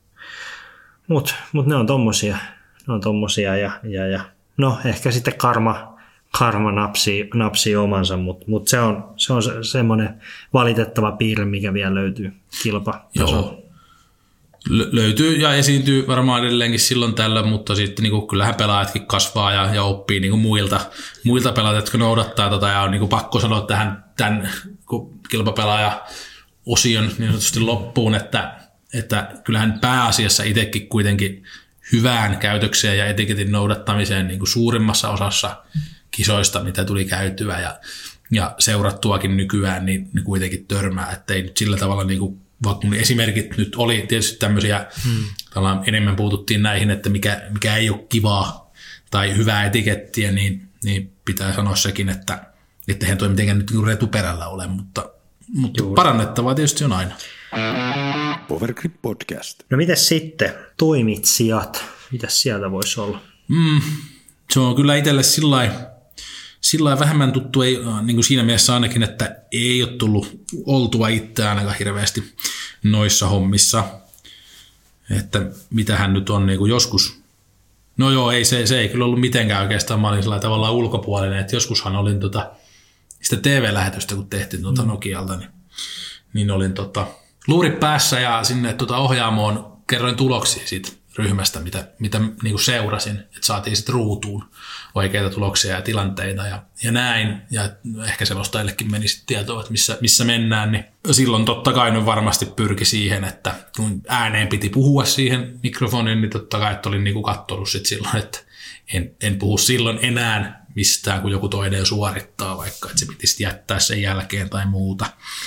mut, mut ne on tommosia, ne on tommosia ja, ja, ja no ehkä sitten karma, karma napsii, napsii omansa, mutta mut se on, se on se, semmoinen valitettava piirre, mikä vielä löytyy kilpatasolla. L- löytyy ja esiintyy varmaan edelleenkin silloin tällöin, mutta sitten niin kuin, kyllähän pelaajatkin kasvaa ja, ja oppii niin kuin muilta, muilta pelaajat, jotka noudattaa tota, ja on niin kuin pakko sanoa tähän tämän kilpapelaaja osion niin sanotusti loppuun, että, että kyllähän pääasiassa itsekin kuitenkin hyvään käytökseen ja etiketin noudattamiseen niin kuin suurimmassa osassa kisoista, mitä tuli käytyä ja, ja seurattuakin nykyään, niin, niin kuitenkin törmää, että ei nyt sillä tavalla, niin kuin, vaikka mun esimerkit nyt oli tietysti tämmöisiä, hmm. enemmän puututtiin näihin, että mikä, mikä ei ole kivaa tai hyvää etikettiä, niin, niin pitää sanoa sekin, että eihän toi mitenkään nyt retuperällä ole, mutta Mutta Juuri. Parannettavaa tietysti on aina. Powergrip Podcast. No mitäs sitten? Toimitsijat. Mitäs sieltä voisi olla? Mm, se on kyllä itselle sillä vähemmän tuttu, ei, niin kuin siinä mielessä ainakin, että ei ole tullut oltua itse ainakaan hirveästi noissa hommissa. Että mitähän nyt on niin kuin joskus. No joo, ei, se, se ei kyllä ollut mitenkään oikeastaan. Mä olin sillä tavalla ulkopuolinen, että joskushan olin tota sitä T V-lähetystä, kun tehtiin tuota Nokialta, niin, niin olin tota, luurit päässä ja sinne tuota ohjaamoon kerroin tuloksia siitä ryhmästä, mitä, mitä niin kuin seurasin, että saatiin sitten ruutuun oikeita tuloksia ja tilanteita ja, ja näin. Ja ehkä selostajillekin meni sitten tietoa, että missä, missä mennään, niin silloin totta kai nyt varmasti pyrki siihen, että kun ääneen piti puhua siihen mikrofoniin, niin totta kai että olin niin kuin katsonut sitten silloin, että en, en puhu silloin enää mistään, kun joku toinen suorittaa vaikka, että se pitisi jättää sen jälkeen tai muuta.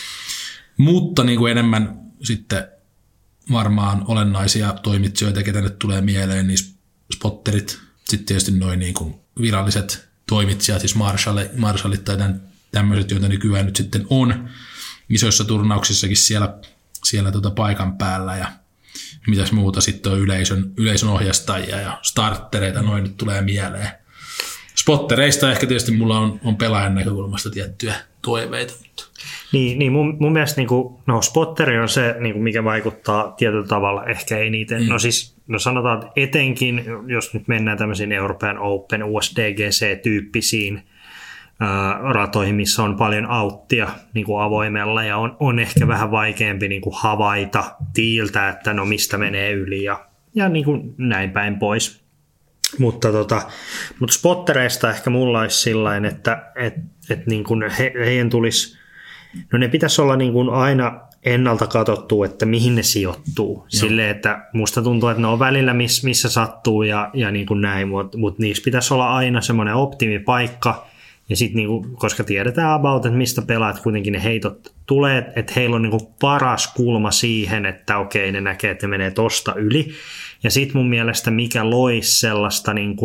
Mutta niin kuin enemmän sitten varmaan olennaisia toimitsijoita, ketä nyt tulee mieleen, niin spotterit, sitten tietysti noin niin kuin viralliset toimitsijat, siis marshallit, marshallit tai tämmöiset, joita nykyään nyt sitten on isoissa turnauksissakin siellä, siellä tuota paikan päällä ja mitäs muuta sitten on yleisön, yleisön ohjastajia ja starttereita, noin nyt tulee mieleen. Spottereista ehkä tietysti mulla on, on pelaajan näkökulmasta tiettyjä toiveita. Niin, niin mun, mun mielestä niin kuin, no, spotteri on se, niin kuin mikä vaikuttaa tietyllä tavalla ehkä eniten. Mm. No siis no sanotaan, että etenkin, jos nyt mennään tämmöisiin European Open, U S D G C-tyyppisiin ää, ratoihin, missä on paljon auttia niin kuin avoimella ja on, on ehkä vähän vaikeampi niin kuin havaita tiiltä, että no mistä menee yli ja, ja niin kuin näin päin pois. Mutta, tota, mutta spottereista ehkä mulla olisi sillain, että et, et niin kuin he, heidän tulisi, no ne pitäisi olla niin kuin aina ennalta katsottua, että mihin ne sijoittuu. Silleen, että musta tuntuu, että ne on välillä miss, missä sattuu ja, ja niin kuin näin, mutta mut niissä pitäisi olla aina semmoinen optimipaikka. Ja sitten, niinku, koska tiedetään about, että mistä pelaat kuitenkin ne heitot tulee, että heillä on niinku paras kulma siihen, että okei, ne näkee, että ne menee tosta yli. Ja sitten mun mielestä mikä loisi sellaista niinku,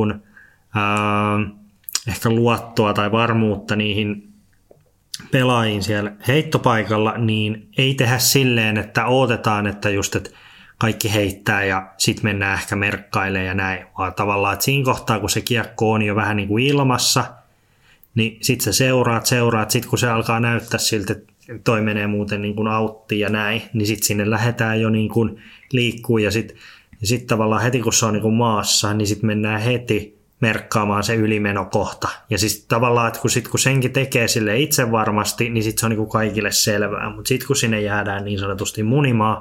ää, ehkä luottoa tai varmuutta niihin pelaajiin siellä heittopaikalla, niin ei tehdä silleen, että odotetaan, että just, että kaikki heittää ja sitten mennään ehkä merkkailemaan ja näin. Vaan tavallaan, että siinä kohtaa, kun se kiekko on jo vähän niin kuin ilmassa, niin sit sä seuraat, seuraat, sit kun se alkaa näyttää siltä, että toi menee muuten niin kuin auttiin ja näin, niin sit sinne lähdetään jo niin kuin liikkuu ja sit, ja sit tavallaan heti kun se on niin kuin maassa, niin sit mennään heti merkkaamaan se ylimenokohta. Ja siis tavallaan, että kun, sit, kun senkin tekee sille itse varmasti, niin sit se on niin kuin kaikille selvää, mutta sit kun sinne jäädään niin sanotusti munimaan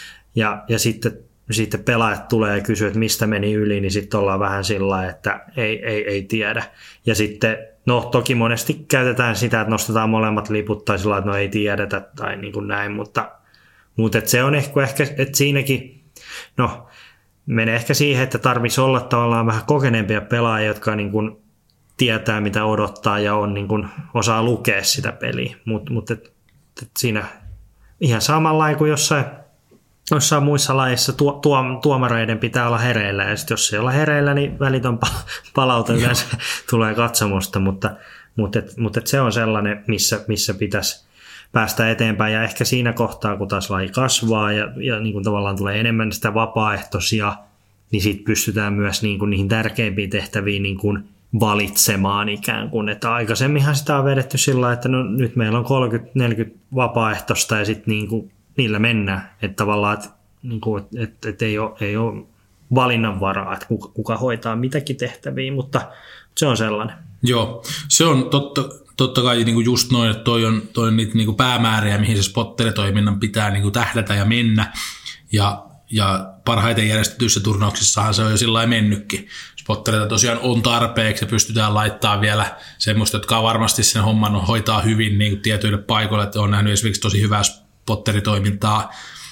ja, ja sitten sitten pelaajat tulee ja kysyy, että mistä meni yli, niin sitten ollaan vähän sillä, että ei, ei, ei tiedä. Ja sitten, no toki monesti käytetään sitä, että nostetaan molemmat liput tai sillä, että no ei tiedetä tai niin kuin näin, mutta, mutta et se on ehkä, ehkä, että siinäkin, no menee ehkä siihen, että tarvitsisi olla tavallaan vähän kokeneempia pelaajia, jotka niin kuin tietää, mitä odottaa ja on, niin kuin, osaa lukea sitä peliä, mutta mut et, et siinä ihan samalla kuin jossain Jossain muissa lajeissa tuo, tuo, tuomareiden pitää olla hereillä, ja sit jos ei olla hereillä, niin välitön palaute yleensä tulee katsomusta, mutta, mutta, et, mutta et se on sellainen, missä, missä pitäisi päästä eteenpäin, ja ehkä siinä kohtaa, kun taas laji kasvaa, ja, ja niin kuin tavallaan tulee enemmän sitä vapaaehtoisia, niin sitten pystytään myös niin kuin niihin tärkeimpiin tehtäviin niin kuin valitsemaan ikään kuin, että aikaisemminhan sitä on vedetty sillä lailla, että no, nyt meillä on kolmekymmentä neljäkymmentä vapaaehtoista, ja sitten niin kuin niillä mennään, että tavallaan, että, niin kuin, että, että ei, ole, ei ole valinnanvaraa, että kuka, kuka hoitaa mitäkin tehtäviä, mutta se on sellainen. Joo, se on totta, totta kai niin kuin just noin, että toi on, toi on niitä niin kuin päämääriä, mihin se spotteritoiminnan pitää niin kuin tähdätä ja mennä, ja, ja parhaiten järjestetyissä turnauksissahan se on jo sillä lailla mennytkin. Spottereita tosiaan on tarpeeksi ja pystytään laittamaan vielä semmoista, jotka varmasti sen homman hoitaa hyvin niin kuin tietyille paikoille, että on nähnyt esimerkiksi tosi hyvää spotteritoimintaa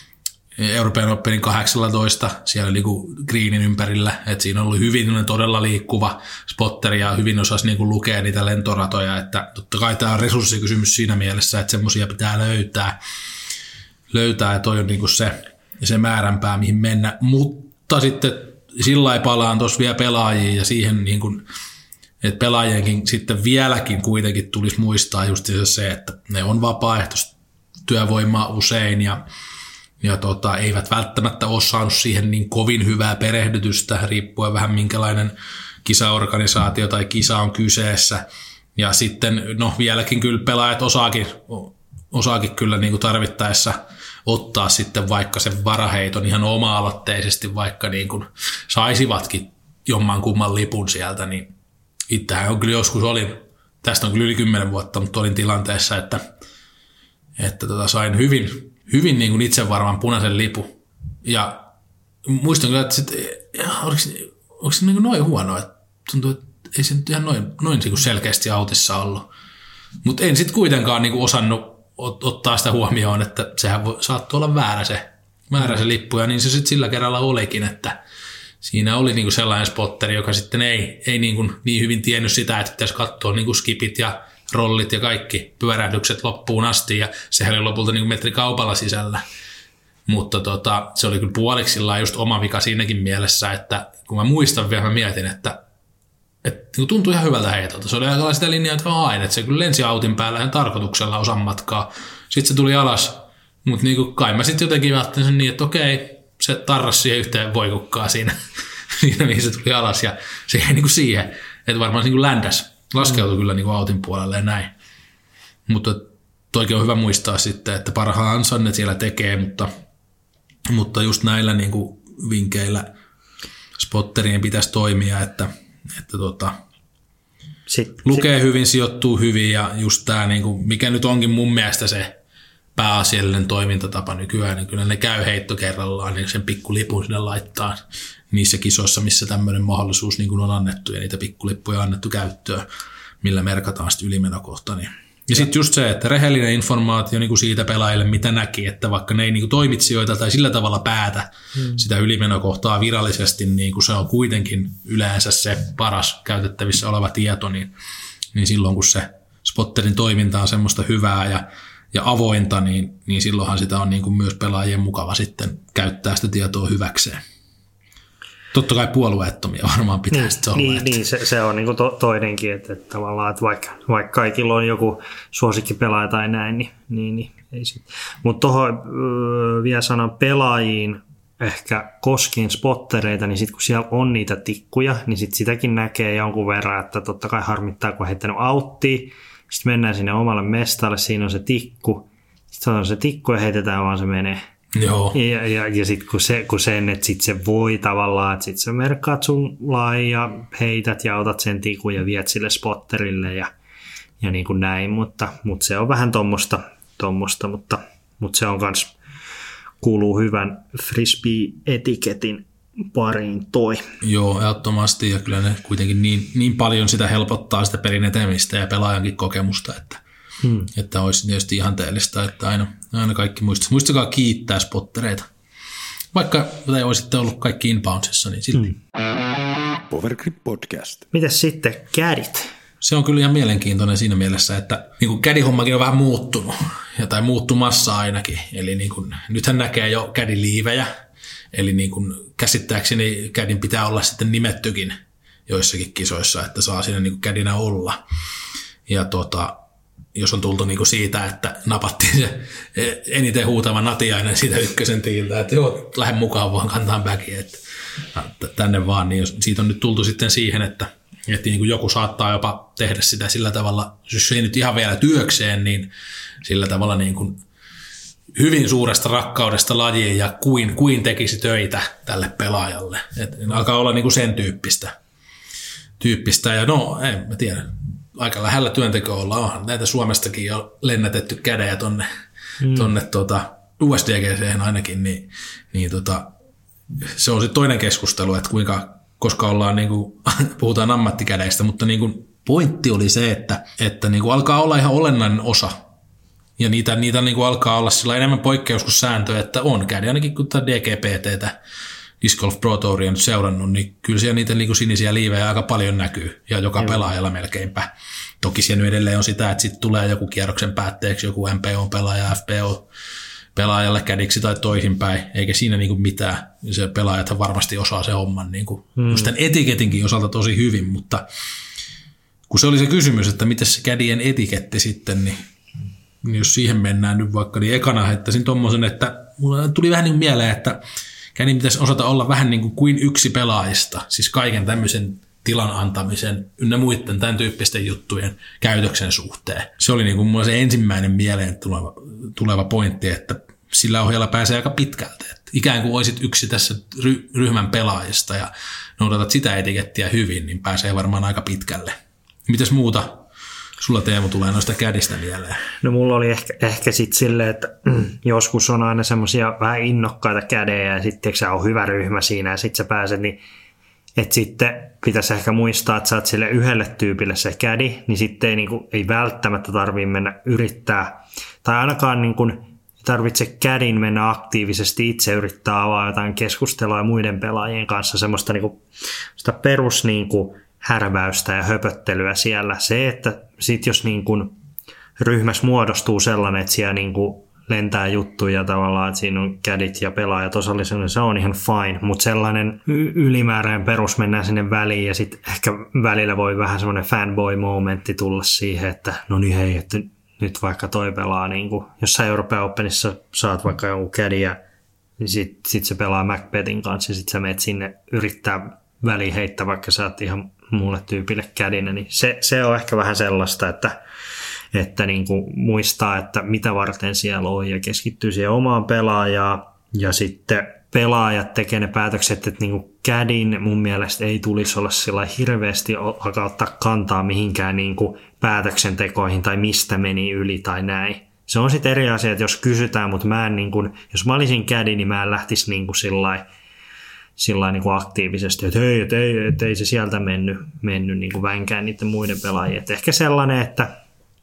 Euroopan Openin kahdeksantoista siellä niinku greenin ympärillä, että siinä on ollut hyvin todella liikkuva spotteri ja hyvin osasi niinku lukea niitä lentoratoja, että totta kai tämä on resurssikysymys siinä mielessä, että semmoisia pitää löytää, löytää ja toi on niinku se, se määränpää, mihin mennä, mutta sitten sillä lailla palaan tuossa vielä pelaajiin ja siihen, niinku, että pelaajienkin sitten vieläkin kuitenkin tulisi muistaa just se, että ne on vapaaehtoista työvoimaa usein ja, ja tota, eivät välttämättä ole saanut siihen niin kovin hyvää perehdytystä, riippuen vähän minkälainen kisaorganisaatio tai kisa on kyseessä. Ja sitten no vieläkin kyllä pelaajat osaakin, osaakin kyllä niin kuin tarvittaessa ottaa sitten vaikka sen varaheiton ihan oma-aloitteisesti, vaikka niin kuin saisivatkin jomman kumman lipun sieltä, niin itsehän on kyllä joskus olin, tästä on kyllä yli kymmenen vuotta, mutta olin tilanteessa, että että tota sain hyvin, hyvin niin kuin itsevarman punaisen lipun. Ja muistan kyllä, että sit, oliko, oliko se niin kuin noin huono, että tuntuu, että ei se nyt ihan noin, noin niin kuin selkeästi autissa ollut. Mutta en sitten kuitenkaan niin kuin osannut ot, ottaa sitä huomioon, että sehän voi, saattoi olla väärä se, väärä se lippu. Ja niin se sitten sillä kerralla olikin, että siinä oli niin kuin sellainen spotteri, joka sitten ei, ei niin, kuin niin hyvin tiennyt sitä, että pitäisi katsoa niin kuin skipit ja rollit ja kaikki pyörähdykset loppuun asti, ja sehän oli lopulta niin kuin metri kaupalla sisällä. Mutta tota, se oli kyllä puoliksi just oma vika siinäkin mielessä, että kun mä muistan vielä, mä mietin, että, että niin tuntui ihan hyvältä heitolta. Se oli aika sitä linjaa, että aina, että se kyllä lensi autin päällä ihan tarkoituksella osan matkaa. Sitten se tuli alas, mutta niin kai mä sitten jotenkin ajattelin sen niin, että okei, se tarrasi siihen yhteen voikukkaan siinä, siinä mihin se tuli alas, ja se jäi niin kuin siihen, että varmaan se niin kuin ländäs. Laskeutui mm. kyllä niin kuin autin puolelle ja näin. Mutta toikin on hyvä muistaa sitten, että parhaansa ne siellä tekee, mutta, mutta just näillä niin kuin vinkeillä spotterien pitäisi toimia, että, että tota, sit, lukee sit. hyvin, sijoittuu hyvin ja just tämä, niin kuin, mikä nyt onkin mun mielestä se pääasiallinen toimintatapa nykyään, niin kyllä ne käy heitto kerrallaan, niin sen pikkulipun sinne laittaa niissä kisoissa, missä tämmöinen mahdollisuus niin kuin on annettu ja niitä pikkulippuja on annettu käyttöön, millä merkataan sitten ylimenokohta, niin Ja sitten just se, että rehellinen informaatio niin kuin siitä pelaajille, mitä näki, että vaikka ne ei niin kuin toimitsijoita tai sillä tavalla päätä hmm. sitä ylimenokohtaa virallisesti, niin kuin se on kuitenkin yleensä se paras käytettävissä oleva tieto, niin, niin silloin kun se spotterin toiminta on semmoista hyvää ja, ja avointa, niin, niin silloinhan sitä on niin kuin myös pelaajien mukava sitten käyttää sitä tietoa hyväkseen. Totta kai puolueettomia varmaan pitäisi niin, olla. Niin, että... niin se, se on niin kuin to, toinenkin, että, että tavallaan, että vaikka, vaikka kaikilla on joku suosikkipelaaja tai näin, niin, niin, niin ei sit. Mutta tuohon öö, vielä sanon pelaajiin, ehkä koskien spottereita, niin sitten kun siellä on niitä tikkuja, niin sit sitäkin näkee jonkun verran, että totta kai harmittaa, kun on heittänyt auttia, sitten mennään sinne omalle mestalle, siinä on se tikku, sitten on se tikku ja heitetään vaan se menee. Joo. Ja, ja, ja sitten kun, se, kun sen, että sit se voi tavallaan, että sitten sä merkkaat sun lain ja heität ja otat sen tikun ja viet sille spotterille ja, ja niin kuin näin, mutta, mutta se on vähän tommosta, tommosta mutta, mutta se on kans kuuluu hyvän frisbee-etiketin pariin toi. Joo, ehdottomasti ja kyllä ne kuitenkin niin, niin paljon sitä helpottaa sitä pelin etemistä ja pelaajankin kokemusta, että Hmm. Että olisi tietysti ihanteellista, että aina, aina kaikki muistakaa. Muistakaa kiittää spottereita. Vaikka te olisitte ollut kaikki inboundsissa, niin silti. Hmm. Powergrip Podcast. Mitäs sitten cadit? Se on kyllä ihan mielenkiintoinen siinä mielessä, että niin kuin caddy-hommakin on vähän muuttunut, ja, tai muuttumassa ainakin. Eli niin kuin, nythän näkee jo caddy-liivejä, eli niin kuin, käsittääkseni cadin pitää olla sitten nimettykin joissakin kisoissa, että saa siinä niin kuin cadinä olla. Ja tota... jos on tultu niinku siitä, että napattiin se eniten huutava natiainen siitä ykkösen tiiltä, että joo, lähde mukaan vaan kantaan backia, että tänne vaan, niin jos siitä on nyt tultu sitten siihen, että, että niin kuin joku saattaa jopa tehdä sitä sillä tavalla, jos ei nyt ihan vielä työkseen, niin sillä tavalla niin kuin hyvin suuresta rakkaudesta lajiin ja kuin, kuin tekisi töitä tälle pelaajalle. Että alkaa olla niin kuin sen tyyppistä. tyyppistä. Ja no, en mä tiedä. Aika lähellä työntekoa ollaan. Onhan näitä Suomestakin jo lennätetty kädejä tonne, mm. tonne tuota, U S D G C:hen ainakin, niin, niin tota, se on sitten toinen keskustelu, että kuinka, koska ollaan, niin kuin, puhutaan ammattikädeistä, mutta niin kuin pointti oli se, että, että niin kuin alkaa olla ihan olennainen osa, ja niitä, niitä niin kuin alkaa olla sillä enemmän poikkeus kuin sääntö, että on kädi, ainakin kun tämä D G P T:tä, Disc Golf Pro Touria nyt seurannut, niin kyllä siellä niitä niin kuin sinisiä liivejä aika paljon näkyy, ja joka Joo. pelaajalla melkeinpä. Toki siellä nyt edelleen on sitä, että sitten tulee joku kierroksen päätteeksi joku M P O-pelaaja, F P O-pelaajalle kädiksi tai toisinpäin, eikä siinä niin kuin mitään. Se pelaajathan varmasti osaa se homman niin kuin hmm. just tämän etiketinkin osalta tosi hyvin, mutta kun se oli se kysymys, että miten se kädien etiketti sitten, niin, niin jos siihen mennään nyt vaikka, niin ekana heittäisin tommosen, että mulla tuli vähän niin mieleen, että kädin pitäisi osata olla vähän niin kuin, kuin yksi pelaajista, siis kaiken tämmöisen tilan antamisen ynnä muiden tämän tyyppisten juttujen käytöksen suhteen. Se oli niin kuin mulla se ensimmäinen mieleen tuleva, tuleva pointti, että sillä ohjalla pääsee aika pitkältä. Että ikään kuin olisit yksi tässä ry- ryhmän pelaajista ja noudatat sitä etikettiä hyvin, niin pääsee varmaan aika pitkälle. Mitäs muuta sulla, Teemu, tulee noista kädistä mieleen? No mulla oli ehkä, ehkä sitten silleen, että joskus on aina semmoisia vähän innokkaita kädejä ja sitten se on hyvä ryhmä siinä ja sitten sä pääset, niin että sitten pitäisi ehkä muistaa, että sä oot sille yhdelle tyypille se kädi, niin sitten ei, niin kuin, ei välttämättä tarvitse mennä yrittää, tai ainakaan niin kuin, tarvitse kädin mennä aktiivisesti itse yrittää avaa jotain keskustelua muiden pelaajien kanssa, semmoista niin kuin, sitä perus niin kuin, härväystä ja höpöttelyä siellä. Se, että sit jos niin kuin, ryhmässä muodostuu sellainen, että siellä niin kuin, lentää juttuja tavallaan, että siinä on kädit ja pelaajat osallisena, se on ihan fine, mutta sellainen ylimääräinen perus mennään sinne väliin ja sitten ehkä välillä voi vähän semmoinen fanboy-momentti tulla siihen, että no niin hei, että nyt vaikka toi pelaa, niin kuin, jos sä Euroopan Openissa saat vaikka jonkun kädin ja niin sitten sit se pelaa Macbethin kanssa ja sitten sä menet sinne yrittää väliin heittää, vaikka sä oot ihan muulle tyypille kädinä, niin se, se on ehkä vähän sellaista, että että niin kuin muistaa, että mitä varten siellä on ja keskittyy siihen omaan pelaajaan ja sitten pelaajat tekee ne päätökset, että niin kuin kädin mun mielestä ei tulisi olla sillä hirveästi alkaa ottaa kantaa mihinkään niin kuin päätöksentekoihin tai mistä meni yli tai näin. Se on sitten eri asia, että jos kysytään, mutta mä en niin kuin, jos mä olisin kädi, niin mä en lähtisi niin kuin sillai, sillai niin kuin aktiivisesti, että hei, et ei, et ei se sieltä mennyt, mennyt niin kuin vänkään niiden muiden pelaajien. Et ehkä sellainen, että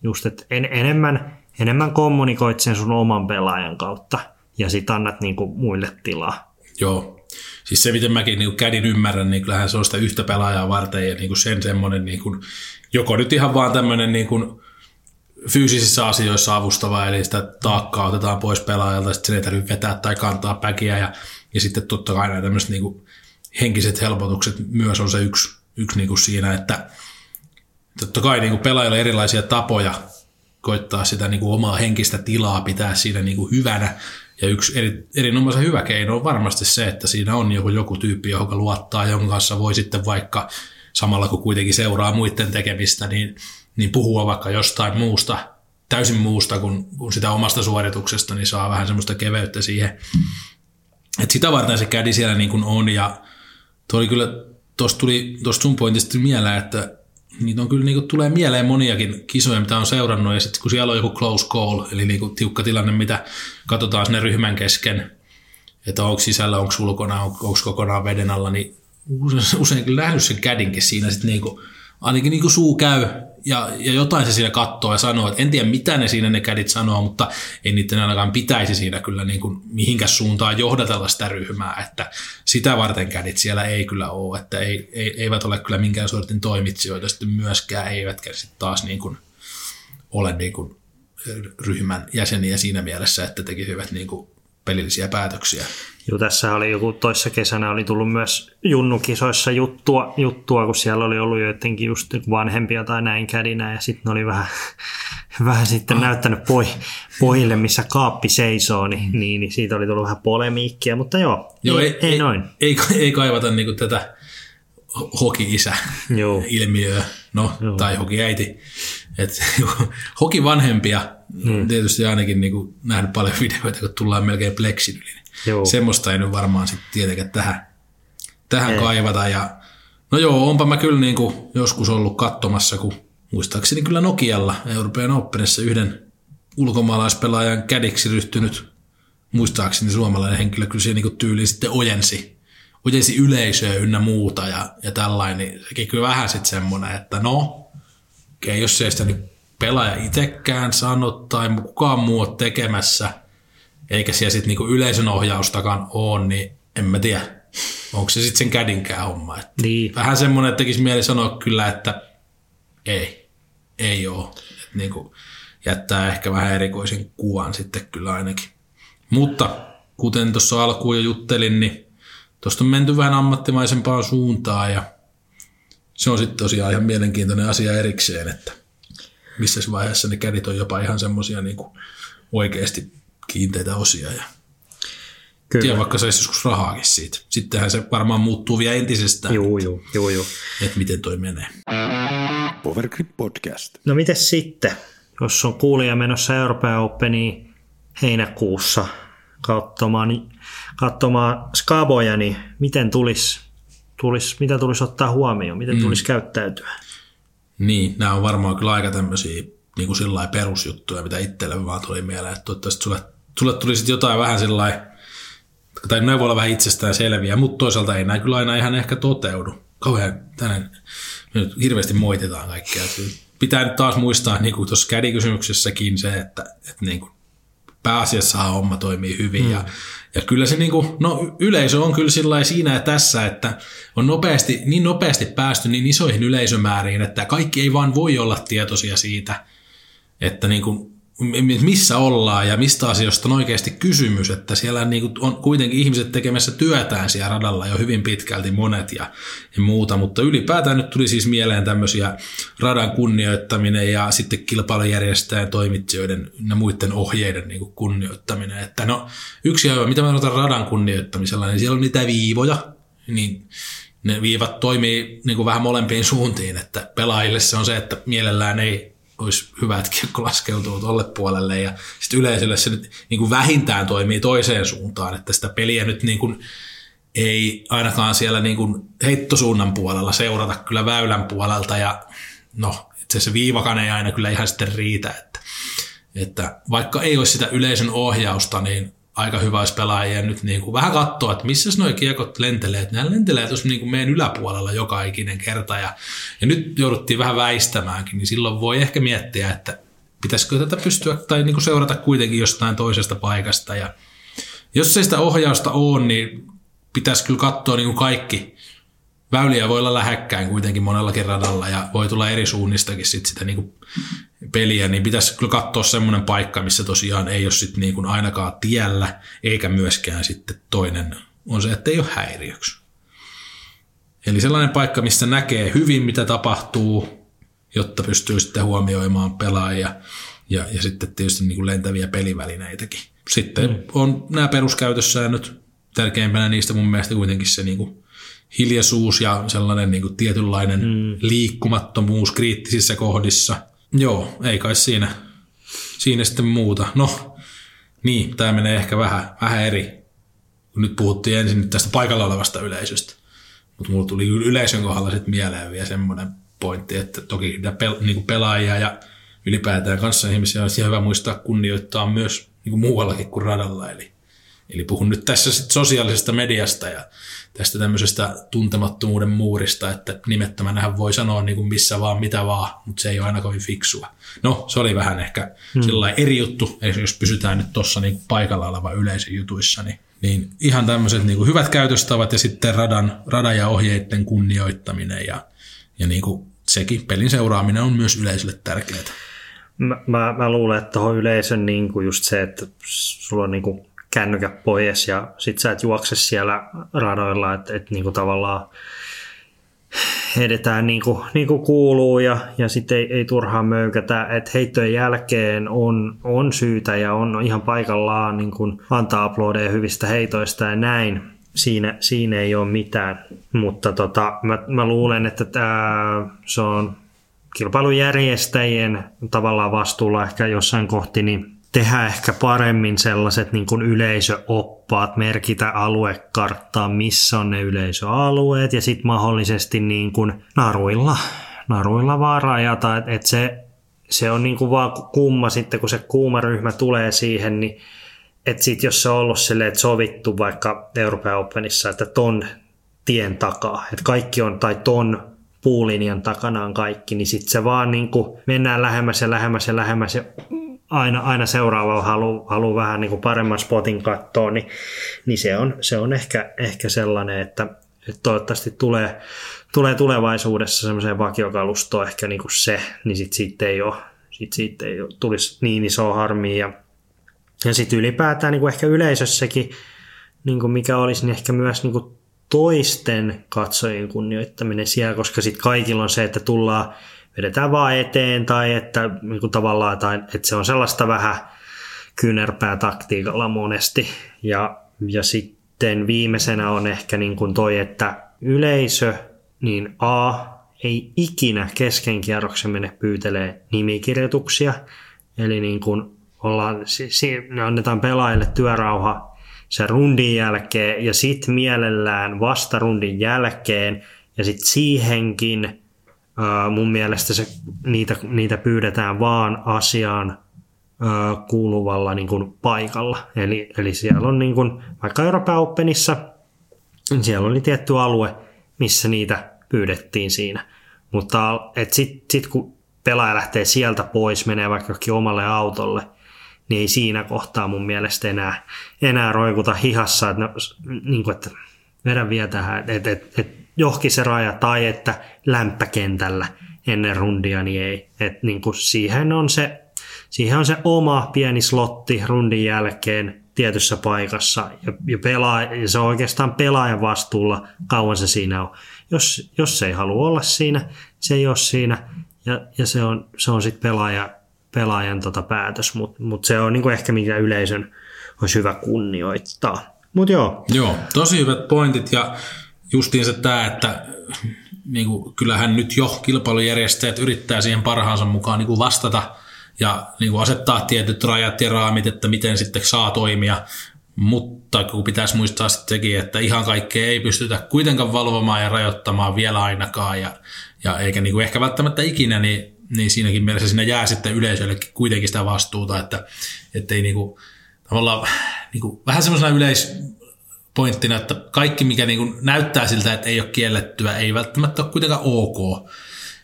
just, että en, enemmän, enemmän kommunikoit sen sun oman pelaajan kautta ja sit annat niin kuin muille tilaa. Joo. Siis se, miten mäkin niin kädin ymmärrän, niin kyllähän se on sitä yhtä pelaajaa varten ja niin sen semmoinen, niin kuin, joko nyt ihan vaan tämmöinen niin kuin fyysisissä asioissa avustava, eli sitä taakkaa otetaan pois pelaajalta, sitten sen ei tarvitse vetää tai kantaa päkiä ja, ja sitten totta kai nämä tämmöiset niin kuin henkiset helpotukset myös on se yksi, yksi niin kuin siinä, että totta kai niin kuin pelaajilla erilaisia tapoja koittaa sitä niin kuin omaa henkistä tilaa pitää siinä niin kuin hyvänä. Ja yksi eri, erinomaisen hyvä keino on varmasti se, että siinä on joku, joku tyyppi, johon luottaa, jonka kanssa voi sitten vaikka samalla kun kuitenkin seuraa muiden tekemistä, niin, niin puhua vaikka jostain muusta, täysin muusta kuin, kuin sitä omasta suorituksesta, niin saa vähän semmoista keveyttä siihen. Et sitä varten se kädi siellä niin kuin on, ja toi kyllä, tuosta tuli tuosta sun pointista mieleen, että niitä on kyllä niin kuin tulee mieleen moniakin kisoja, mitä on seurannut, ja sitten kun siellä on joku close call, eli niin kuin tiukka tilanne, mitä katsotaan sinne ryhmän kesken, että onko sisällä, onko ulkona, onko kokonaan veden alla, niin usein kyllä nähnyt sen kädinkin siinä sitten niin kuin, ainakin niin kuin suu käy, ja, ja jotain se siinä katsoo ja sanoo, että en tiedä mitä ne siinä ne kädit sanoo, mutta ei niiden ainakaan pitäisi siinä kyllä niin kuin mihinkäs suuntaan johdatella sitä ryhmää, että sitä varten kädit siellä ei kyllä ole, että ei, ei, eivät ole kyllä minkään sortin toimitsijoita sitten myöskään, eivätkä sitten taas niin kuin ole niin kuin ryhmän jäseniä siinä mielessä, että tekisivät niin kuin pelillisiä päätöksiä. Joo, tässä oli joku toissa kesänä oli tullut myös junnukisoissa juttua, juttua, kun siellä oli ollut jotenkin just vanhempia tai näin kädinä, ja sitten ne oli vähän, vähän sitten ah. näyttänyt poi, pojille, missä kaappi seisoo, niin, niin, niin siitä oli tullut vähän polemiikkia, mutta joo, joo ei, ei, ei noin. Ei, ei kaivata niinku tätä hoki-isä-ilmiöä, no, joo. Tai hoki-äiti. Et, hoki vanhempia, hmm. tietysti ainakin niinku nähnyt paljon videoita, kun tullaan melkein pleksin yli. Joo. Semmoista ei nyt varmaan sitten tietenkään tähän, tähän kaivata. Ja, no joo, onpa mä kyllä niinku joskus ollut katsomassa, kun muistaakseni kyllä Nokialla Euroopan Openissa yhden ulkomaalaispelaajan kädiksi ryhtynyt, muistaakseni suomalainen henkilö kyllä siihen niinku tyyliin sitten ojensi, ojensi yleisöä ynnä muuta ja, ja tällainen, niin sekin kyllä vähän sitten semmoinen, että no, okay, jos ei sitä nyt pelaaja itsekään sano tai kukaan muu ole tekemässä, eikä siellä sitten niinku yleisön ohjaustakaan ole, niin en mä tiedä, onko se sitten sen kädinkään homma. Niin. Vähän semmoinen, että tekisi mieli sanoa kyllä, että ei, ei ole. Että niinku jättää ehkä vähän erikoisen kuvan sitten kyllä ainakin. Mutta kuten tuossa alkuun jo juttelin, niin tuosta on menty vähän ammattimaisempaan suuntaan ja se on sitten tosiaan ihan mielenkiintoinen asia erikseen, että missä vaiheessa ne kädit on jopa ihan semmoisia niinku oikeasti kiinteitä osia ja kyllä. Tiedä, vaikka saisi joskus rahaakin siitä. Sittenhän se varmaan muuttuu vielä entisestään. Joo, joo, joo, joo. Että miten toi menee. Powergrip Podcast. No mites sitten, jos on kuulija menossa Euroopan Openiin heinäkuussa katsomaan, katsomaan skaboja, niin miten tulisi, tulisi, mitä tulisi ottaa huomioon, miten mm. tulisi käyttäytyä? Niin, nämä on varmaan kyllä aika tämmöisiä niin kuin sillä lailla perusjuttuja, mitä itselle vaan tuli mieleen, että toivottavasti sulle, sulle tuli sitten jotain vähän sillä lailla, tai ne voi olla vähän itsestään selviä, mutta toisaalta ei nämä kyllä aina ihan ehkä toteudu. Kauhean tänään nyt hirveästi moitetaan kaikkea. Pitää nyt taas muistaa, niin kuin tuossa kädikysymyksessäkin se, että, että niin kuin pääasiassahan homma toimii hyvin. Mm. Ja, ja kyllä se niin kuin, no yleisö on kyllä sillä siinä ja tässä, että on nopeasti, niin nopeasti päästy niin isoihin yleisömääriin, että kaikki ei vaan voi olla tietoisia siitä, että niin kuin, missä ollaan ja mistä asioista on oikeasti kysymys, että siellä niin kuin on kuitenkin ihmiset tekemässä työtään siellä radalla jo hyvin pitkälti monet ja, ja muuta, mutta ylipäätään nyt tuli siis mieleen tämmöisiä radan kunnioittaminen ja sitten kilpailujärjestäjän, toimitsijoiden ja muiden ohjeiden niin kuin kunnioittaminen, että no yksi aivan, mitä mä sanotaan radan kunnioittamisella, niin siellä on niitä viivoja, niin ne viivat toimii niin kuin vähän molempiin suuntiin, että pelaajille se on se, että mielellään ei olisi hyvä, että kiekko laskeutuu tolle puolelle ja sitten yleisölle se nyt niin kuin vähintään toimii toiseen suuntaan, että sitä peliä nyt niin kuin ei ainakaan siellä niin kuin heittosuunnan puolella seurata kyllä väylän puolelta ja no itse asiassa viivakaan ei aina kyllä ihan sitten riitä, että, että vaikka ei olisi sitä yleisön ohjausta, niin aika hyvä olisi pelaajia nyt niin kuin vähän katsoa, että missä nuo kiekot lentelee. Nämä lentelee tuossa niin kuin meidän yläpuolella joka ikinen kerta. Ja, ja nyt jouduttiin vähän väistämäänkin, niin silloin voi ehkä miettiä, että pitäisikö tätä pystyä tai niin kuin seurata kuitenkin jostain toisesta paikasta. Ja jos ei sitä ohjausta ole, niin pitäisi kyllä katsoa niin kuin kaikki. Väyliä voi olla lähekkäin kuitenkin monellakin radalla ja voi tulla eri suunnistakin sit sitä niin kuin peliä, niin pitäisi kyllä katsoa semmoinen paikka, missä tosiaan ei ole sit niin kuin ainakaan tiellä, eikä myöskään sitten toinen on se, että ei ole häiriöksi. Eli sellainen paikka, missä näkee hyvin, mitä tapahtuu, jotta pystyy sitten huomioimaan pelaajia ja, ja sitten tietysti niin kuin lentäviä pelivälineitäkin. Sitten mm. on nämä peruskäytössäännöt, tärkeimpänä niistä mun mielestä kuitenkin se niin kuin hiljaisuus ja sellainen niin kuin tietynlainen mm. liikkumattomuus kriittisissä kohdissa. Joo, ei kai siinä, siinä sitten muuta. No, niin, tämä menee ehkä vähän, vähän eri. Nyt puhuttiin ensin tästä paikalla olevasta yleisöstä, mutta mulla tuli yleisön kohdalla sitten mieleen vielä semmoinen pointti, että toki pel- niin kuin pelaajia ja ylipäätään kanssa ihmisiä olisi hyvä muistaa kunnioittaa myös niin kuin muuallakin kuin radalla. Eli, eli puhun nyt tässä sitten sosiaalisesta mediasta ja tästä tämmöisestä tuntemattomuuden muurista, että nimettömänähän voi sanoa niin kuin missä vaan, mitä vaan, mutta se ei ole aina kovin fiksua. No, se oli vähän ehkä hmm. sellainen eri juttu, eli jos pysytään nyt tuossa niin paikalla oleva yleisön jutuissa, niin, niin ihan tämmöiset niin kuin hyvät käytöstavat ja sitten radan, radan ja ohjeiden kunnioittaminen ja, ja niin kuin sekin pelin seuraaminen on myös yleisölle tärkeää. Mä, mä, mä luulen, että tuohon yleisön niin kuin just se, että sulla on niin kuin kännykät pois ja sit sä et juokse siellä radoilla, että et niinku tavallaan edetään niinku, niinku kuuluu ja, ja sitten ei, ei turhaan möykätä, että heittojen jälkeen on, on syytä ja on ihan paikallaan niinku antaa aplodeja hyvistä heitoista ja näin. Siinä, siinä ei ole mitään, mutta tota, mä, mä luulen, että tää, se on kilpailujärjestäjien tavallaan vastuulla ehkä jossain kohti, niin tehdä ehkä paremmin sellaiset niin kuin yleisöoppaat, merkitä aluekarttaa, missä on ne yleisöalueet ja sitten mahdollisesti niin kuin naruilla, naruilla vaan rajata, että et se, se on niin kuin vaan kumma sitten, kun se kuuma ryhmä tulee siihen, niin että sitten jos se on ollut silleen, että sovittu vaikka Euroopan Openissa, että ton tien takaa, että kaikki on, tai ton puulinjan takana on kaikki, niin sitten se vaan niin kuin mennään lähemmäs ja lähemmäs ja lähemmäs ja aina, aina seuraava haluaa halu vähän niin kuin paremman spotin katsoa, niin, niin se on, se on ehkä, ehkä sellainen, että, että toivottavasti tulee, tulee tulevaisuudessa semmoiseen vakiokalustoon ehkä niin kuin se, niin sitten siitä ei ole, sit siitä ei ole, tulisi niin isoa harmia. Ja, ja sitten ylipäätään niin kuin ehkä yleisössäkin, niin kuin mikä olisi, niin ehkä myös niin kuin toisten katsojien kunnioittaminen siellä, koska sitten kaikilla on se, että tullaan vedetään vaan eteen tai että niin kuin tavallaan, tai, että se on sellaista vähän kyynärpää taktiikalla monesti. Ja, ja sitten viimeisenä on ehkä niin kuin toi, että yleisö, niin A, ei ikinä kesken kierroksen mene pyytelee nimikirjoituksia. Eli niin kuin ollaan, ne annetaan pelaajille työrauha sen rundin jälkeen ja sitten mielellään vasta rundin jälkeen ja sitten siihenkin Uh, mun mielestä se, niitä, niitä pyydetään vaan asiaan uh, kuuluvalla niin kuin paikalla. Eli, eli siellä on niin kuin, vaikka Euroopan Openissa, siellä oli tietty alue, missä niitä pyydettiin siinä. Mutta sitten sit, kun pelaaja lähtee sieltä pois, menee vaikka omalle autolle, niin ei siinä kohtaa mun mielestä enää, enää roikuta hihassa, että, no, niin kuin, että vedän vielä tähän, että et, et, johonkin se raja tai että lämpökentällä ennen rundia, niin ei. Et niin kuin siihen, on se, siihen on se oma pieni slotti rundin jälkeen tietyssä paikassa ja, ja, pelaa, ja se on oikeastaan pelaajan vastuulla, kauan se siinä on. Jos, jos se ei halua olla siinä, se ei ole siinä ja, ja se on, se on sitten pelaaja, pelaajan tota päätös, mutta mut se on niin kuin ehkä mikä yleisön olisi hyvä kunnioittaa. Mut joo. Joo, tosi hyvät pointit ja justiinsa tämä, että niin kuin, kyllähän nyt jo kilpailujärjestäjät yrittää siihen parhaansa mukaan niin kuin vastata ja niin kuin asettaa tietyt rajat ja raamit, että miten sitten saa toimia, mutta kun pitäisi muistaa sittenkin, että ihan kaikkea ei pystytä kuitenkaan valvomaan ja rajoittamaan vielä ainakaan ja, ja eikä niin kuin ehkä välttämättä ikinä, niin, niin siinäkin mielessä siinä jää sitten yleisöllekin kuitenkin sitä vastuuta, että ei niin kuin, tavallaan niin kuin, vähän semmoisena yleis pointtina, että kaikki mikä niin kuin näyttää siltä, että ei ole kiellettyä, ei välttämättä ole kuitenkaan ok.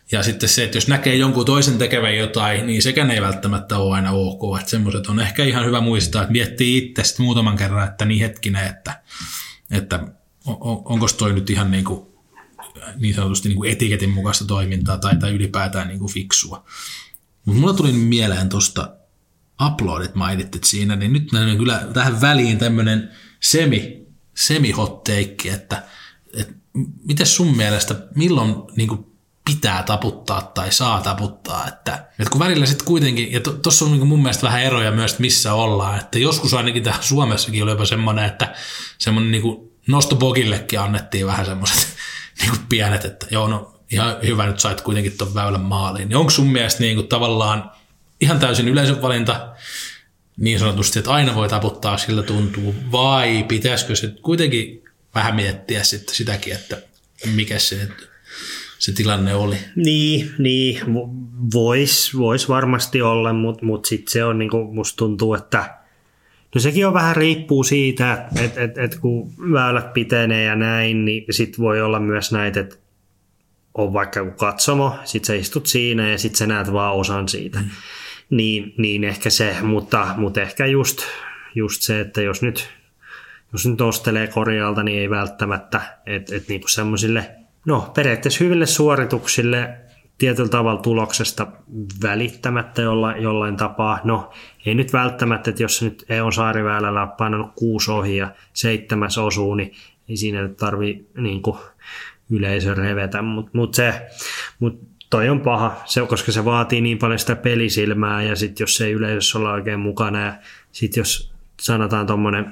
Ja sitten se, että jos näkee jonkun toisen tekevän jotain, niin sekään ei välttämättä ole aina ok. Että semmoiset on ehkä ihan hyvä muistaa, että miettii itse sitten muutaman kerran, että niin hetkinen, että, että on, onko toi nyt ihan niin, kuin, niin sanotusti niin kuin etiketin mukaista toimintaa tai, tai ylipäätään niin kuin fiksua. Mutta mulla tuli mieleen tuosta uploadit mainittit siinä, niin nyt näin kyllä tähän väliin tämmöinen semi, semi-hot take, että, että miten sun mielestä, milloin niin kuin pitää taputtaa tai saa taputtaa, että, että kun välillä sitten kuitenkin, ja tuossa on niin kuin mun mielestä vähän eroja myös, että missä ollaan, että joskus ainakin tähän Suomessakin oli jopa semmoinen, että semmoinen niin kuin nostobogillekin annettiin vähän semmoiset niin kuin pienet, että joo, no ihan hyvä, nyt sait kuitenkin tuon väylän maaliin. Niin onko sun mielestä niin kuin tavallaan ihan täysin yleisön valinta niin sanotusti, että aina voi taputtaa, sillä tuntuu, vai pitäisikö se kuitenkin vähän miettiä sitten sitäkin, että mikä se, se tilanne oli? Niin, niin voisi vois varmasti olla, mutta mut sitten se on, niin kuin musta tuntuu, että no sekin on vähän riippuu siitä, että et, et kun väylät pitenee ja näin, niin sitten voi olla myös näitä, että on vaikka joku katsomo, sit sä istut siinä ja sit sä näet vaan osan siitä. Mm. Niin, niin ehkä se, mutta, mutta ehkä just, just se, että jos nyt, jos nyt ostelee korjalta, niin ei välttämättä, että et niinku semmoisille, no periaatteessa hyville suorituksille tietyllä tavalla tuloksesta välittämättä jolla, jollain tapaa. No ei nyt välttämättä, että jos nyt Eon Saariväylällä on painanut kuusi ohi ja seitsemäs osuu, niin ei siinä nyt tarvitse niinku yleisö revetä, mutta mut se, mut toi on paha, se, koska se vaatii niin paljon sitä pelisilmää ja sitten jos ei yleisössä olla oikein mukana ja sitten jos sanotaan tuommoinen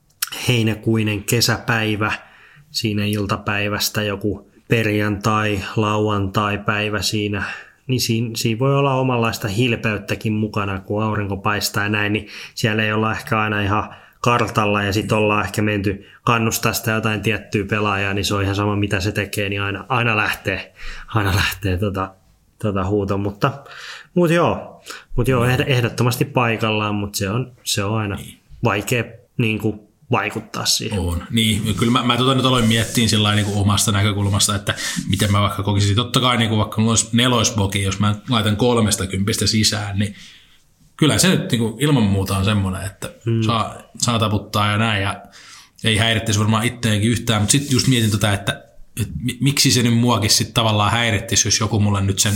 heinäkuinen kesäpäivä siinä iltapäivästä joku perjantai, lauantai päivä siinä, niin siinä, siinä voi olla omanlaista hilpeyttäkin mukana, kun aurinko paistaa ja näin, niin siellä ei olla ehkä aina ihan kartalla ja sitten ollaan ehkä menty kannustaa sitä jotain tiettyä pelaajaa, niin se on ihan sama mitä se tekee, niin aina, aina lähtee, aina lähtee tota, tota huuto, mutta, mutta joo, mutta joo, ehdottomasti paikallaan, mutta se on, se on aina vaikea niin kuin vaikuttaa siihen. On, niin, kyllä mä, mä tota nyt aloin miettiin sillä niin kuin omasta näkökulmasta, että miten mä vaikka kokisin, totta kai niin kuin vaikka mulla olisi nelosboki, jos mä laitan kolmesta kympistä sisään, niin kyllä se nyt niin kuin ilman muuta on semmoinen, että hmm. saa, saa taputtaa ja näin, ja ei häirittäisi varmaan itseäänkin yhtään, mutta sitten just mietin tota, että, että miksi se nyt muakin sitten tavallaan häirittäisi, jos joku mulle nyt sen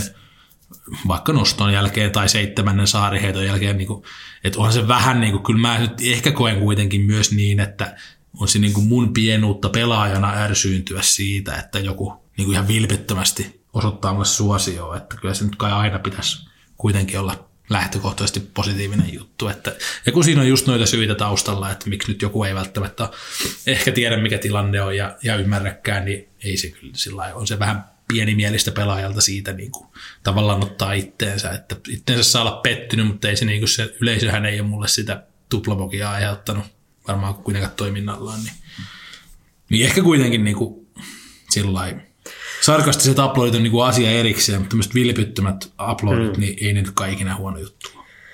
vaikka noston jälkeen tai seitsemännen saariheiton jälkeen, niin kuin, että onhan se vähän, niin kuin, kyllä mä nyt ehkä koen kuitenkin myös niin, että on se niin kuin mun pienuutta pelaajana ärsyyntyä siitä, että joku niin kuin ihan vilpittömästi osoittaa mulle suosioon, että kyllä se nyt kai aina pitäisi kuitenkin olla lähtökohtaisesti positiivinen juttu. Että, ja kun siinä on just noita syitä taustalla, että miksi nyt joku ei välttämättä ehkä tiedä, mikä tilanne on ja, ja ymmärräkään, niin ei se kyllä sillä lailla, on se vähän pienimielistä pelaajalta siitä niin kuin, tavallaan ottaa itteensä, että itteensä saa olla pettynyt, mutta ei se, niin kuin se yleisöhän ei ole mulle sitä tuplabokia aiheuttanut varmaan kuitenkaan toiminnallaan, niin, niin ehkä kuitenkin niin kuin, sillä lailla sarkastiset uploadit on niinku asia erikseen, mutta tämmöiset vilpittömät uploadit, mm. niin ei ne nyt kai ikinä huono juttu.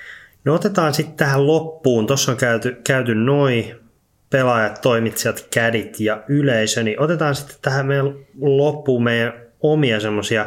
No otetaan sitten tähän loppuun. Tuossa on käyty, käyty noi pelaajat, toimitsijat, kädit ja yleisö, niin otetaan sitten tähän meidän loppuun meidän omia semmoisia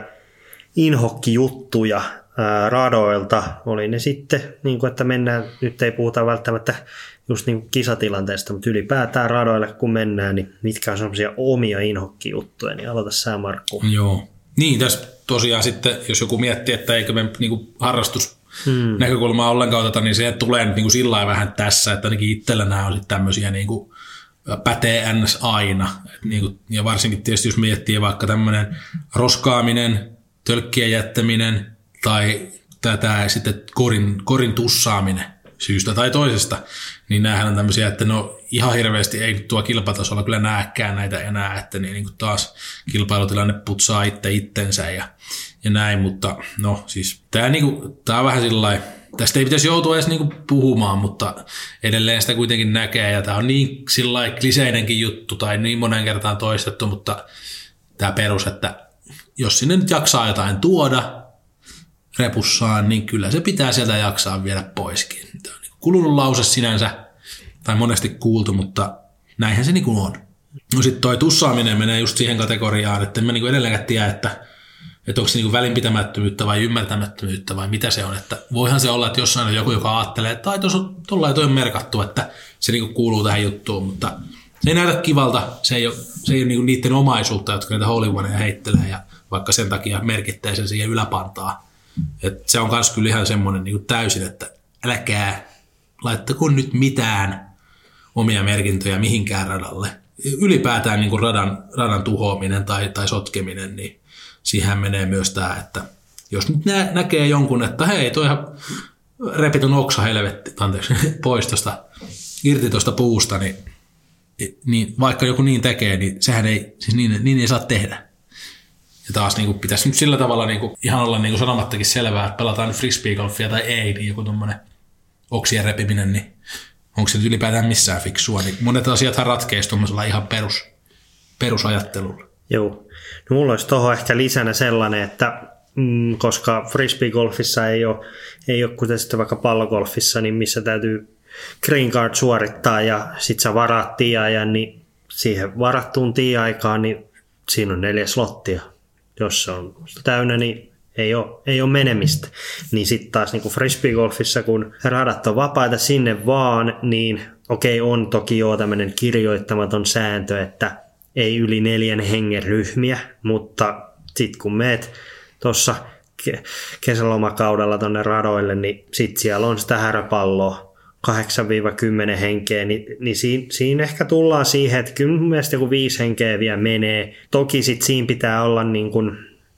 inhokkijuttuja ää, radoilta. Oli ne sitten, niin kuin, että mennään, nyt ei puhuta välttämättä just niin kuin kisatilanteesta, mutta ylipäätään radoille kun mennään, niin mitkä on semmoisia omia inhokkijuttuja, niin aloita sä Markku. Joo, niin tässä tosiaan sitten, jos joku miettii, että eikö me niin harrastusnäkökulmaa hmm. ollenkaan oteta, niin se tulee niin kuin sillä lailla vähän tässä, että ainakin itsellä nämä on sitten tämmöisiä niin kuin pätee ns. Aina. Niin kuin, ja varsinkin tietysti, jos miettii vaikka tämmöinen roskaaminen, tölkkien jättäminen tai tätä sitten korin, korin tussaaminen syystä tai toisesta, niin näähän on tämmöisiä, että no ihan hirveästi ei tuo kilpatasolla kyllä näekään näitä enää, että niin, niin kuin taas kilpailutilanne putsaa itse itsensä ja, ja näin, mutta no siis tämä niin tää on vähän sillä lailla, tästä ei pitäisi joutua edes niin kuin puhumaan, mutta edelleen sitä kuitenkin näkee ja tämä on niin sillä lailla kliseinenkin juttu tai niin monen kertaan toistettu, mutta tämä perus, että jos sinne nyt jaksaa jotain tuoda repussaan, niin kyllä se pitää sieltä jaksaa viedä poiskin. Tämä on kulunut lause sinänsä, tai monesti kuultu, mutta näinhän se niin kuin on. No sitten toi tussaaminen menee just siihen kategoriaan, että en mä niin kuin edelleenkään tiedä, että että onko se niinku välinpitämättömyyttä vai ymmärtämättömyyttä vai mitä se on. Että voihan se olla, että jossain on joku, joka ajattelee, että tuolla toi on merkattu, että se niinku kuuluu tähän juttuun, mutta se ei näytä kivalta, se ei ole, se ei ole niinku niiden omaisuutta, jotka niitä holy-oneja heittelee ja vaikka sen takia merkittää sen siihen yläpantaa. Et se on myös kyllä ihan semmoinen niinku täysin, että älkää laittako nyt mitään omia merkintöjä mihinkään radalle. Ylipäätään niin kuin radan, radan tuhoaminen tai, tai sotkeminen, niin siihen menee myös tämä, että jos nyt nä- näkee jonkun, että hei, toi ihan repitön oksa helvetti, anteeksi, pois tosta, irti tuosta puusta, niin, niin vaikka joku niin tekee, niin sehän ei, siis niin, niin ei saa tehdä. Ja taas niin kuin pitäisi nyt sillä tavalla niin kuin, ihan olla niin kuin sanomattakin selvää, että pelataan nyt frisbeegolfia tai ei, niin joku tommoinen oksien repiminen, niin onko se nyt ylipäätään missään fiksua, niin monet asiathan ratkeisi tuollaisella ihan perus, perusajattelulla. Joo. No mulla olisi tuohon ehkä lisänä sellainen, että mm, koska frisbeegolfissa ei ole, ei ole kuten sitten vaikka pallogolfissa, niin missä täytyy green card suorittaa ja sit sä varaat tee-ajan, niin siihen varattuun tee-aikaan, niin siinä on neljä slottia. Jos se on täynnä, niin ei ole, ei ole menemistä. Niin sitten taas niin kuin frisbeegolfissa, kun radat on vapaita sinne vaan, niin okei, on toki jo tämmöinen kirjoittamaton sääntö, että ei yli neljän hengen ryhmiä, mutta sitten kun meet tuossa kesälomakaudella tuonne radoille, niin sitten siellä on sitä häröpalloa kahdeksan kymmenen henkeä, niin, niin siinä, siinä ehkä tullaan siihen, että kyllä mun mielestä joku viisi henkeä vielä menee. Toki sitten siinä pitää olla niin kuin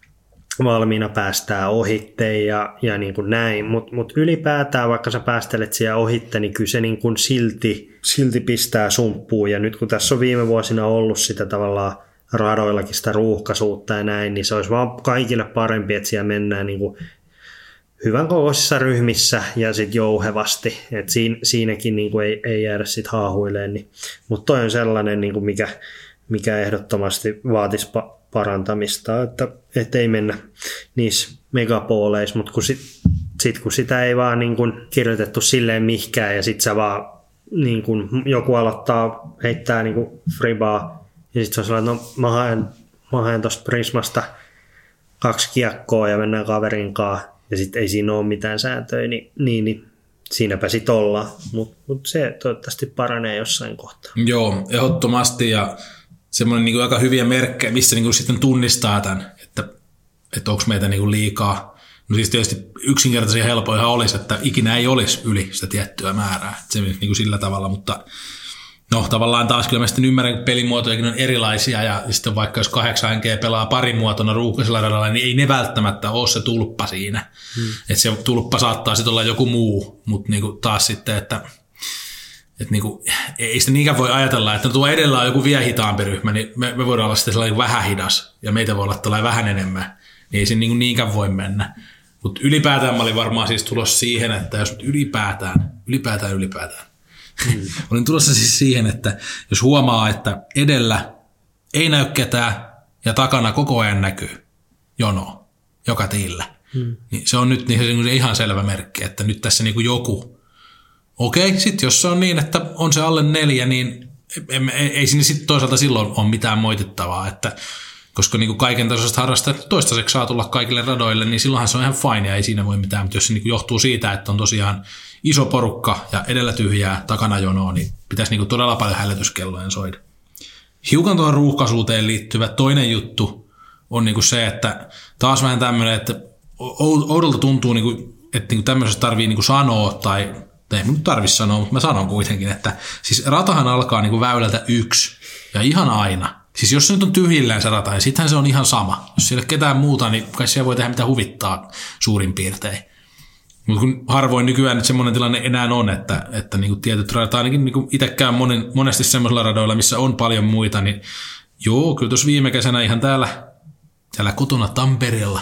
valmiina päästään ohitte ja, ja niin kuin näin, mutta mut ylipäätään vaikka sä päästelet siellä ohitte, niin kyllä se niin kuin silti, silti pistää sumppuun. Ja nyt kun tässä on viime vuosina ollut sitä tavallaan radoillakin sitä ruuhkaisuutta ja näin, niin se olisi vaan kaikille parempi, että siellä mennään niin kuin hyvän kokoisissa ryhmissä ja sitten jouhevasti, että siinä, siinäkin niin kuin ei, ei jäädä sitten haahuileen. Niin. Mutta toi on sellainen, niin kuin mikä, mikä ehdottomasti vaatisi pa- parantamista, että, että ei mennä niissä megapooleissa, mutta kun, sit, sit, kun sitä ei vaan niin kuin kirjoitettu silleen mihkään ja sitten sä vaan niin kuin joku aloittaa heittää niin kuin fribaa ja sitten se on sellainen, että no mä haen, mä haen tuosta Prismasta kaksi kiekkoa ja mennään kaverin kanssa ja sitten ei siinä ole mitään sääntöjä, niin, niin, niin siinäpä sitten ollaan, mutta mut se toivottavasti paranee jossain kohtaa. Joo, ehdottomasti ja semmoinen niin kuin aika hyviä merkkejä, missä niin kuin sitten tunnistaa tämän, että, että onko meitä niin kuin liikaa. No siis tietysti yksinkertaisia helpoihan olisi, että ikinä ei olisi yli sitä tiettyä määrää. Se niin kuin sillä tavalla, mutta no tavallaan taas kyllä mä sitten ymmärrän, että pelimuotojakin on erilaisia ja sitten vaikka jos kahdeksan henkeä pelaa parimuotona ruuhkaisella radalla, niin ei ne välttämättä ole se tulppa siinä. Hmm. Että se tulppa saattaa sitten olla joku muu, mutta niin kuin taas sitten, että että niinku, ei sitä niinkään voi ajatella, että tuo edellä on joku vielä hitaampi ryhmä, niin me, me voidaan olla sitten sellainen vähän hidas, ja meitä voi olla vähän enemmän, niin ei se niinku niinkään voi mennä. Mutta ylipäätään mä olin varmaan siis tulossa siihen, että jos ylipäätään, ylipäätään, ylipäätään, mm. olin tulossa siis siihen, että jos huomaa, että edellä ei näy ketään, ja takana koko ajan näkyy jono, joka tiillä, mm. niin se on nyt niin se ihan selvä merkki, että nyt tässä niinku joku. Okei, sitten jos se on niin, että on se alle neljä, niin ei, ei, ei siinä sitten toisaalta silloin ole mitään moitittavaa, että koska niin kuin kaiken tasoisesta harrastajat toistaiseksi saa tulla kaikille radoille, niin silloinhan se on ihan fine ja ei siinä voi mitään, mutta jos se niin kuin johtuu siitä, että on tosiaan iso porukka ja edellä tyhjää, takana jonoa, niin pitäisi niin kuin todella paljon hälytyskellojen soida. Hiukan tuohon ruuhkaisuuteen liittyvä toinen juttu on niin kuin se, että taas vähän tämmöinen, että oudolta tuntuu, niin kuin, että niin kuin tämmöisessä tarvii niin kuin sanoa tai ei mun tarvitse sanoa, mutta mä sanon kuitenkin, että siis ratahan alkaa niin kuin väylältä yksi ja ihan aina. Siis jos se nyt on tyhjillään se rata, niin sittenhän se on ihan sama. Jos siellä ei ole ketään muuta, niin kai siellä voi tehdä mitä huvittaa suurin piirtein. Mutta kun harvoin nykyään nyt semmoinen tilanne enää on, että, että niin kuin tietyt radat, ainakin niin kuin itse käyn monen, monesti semmoisilla radoilla, missä on paljon muita, niin joo, kyllä tuossa viime kesänä ihan täällä, täällä kotona Tampereella,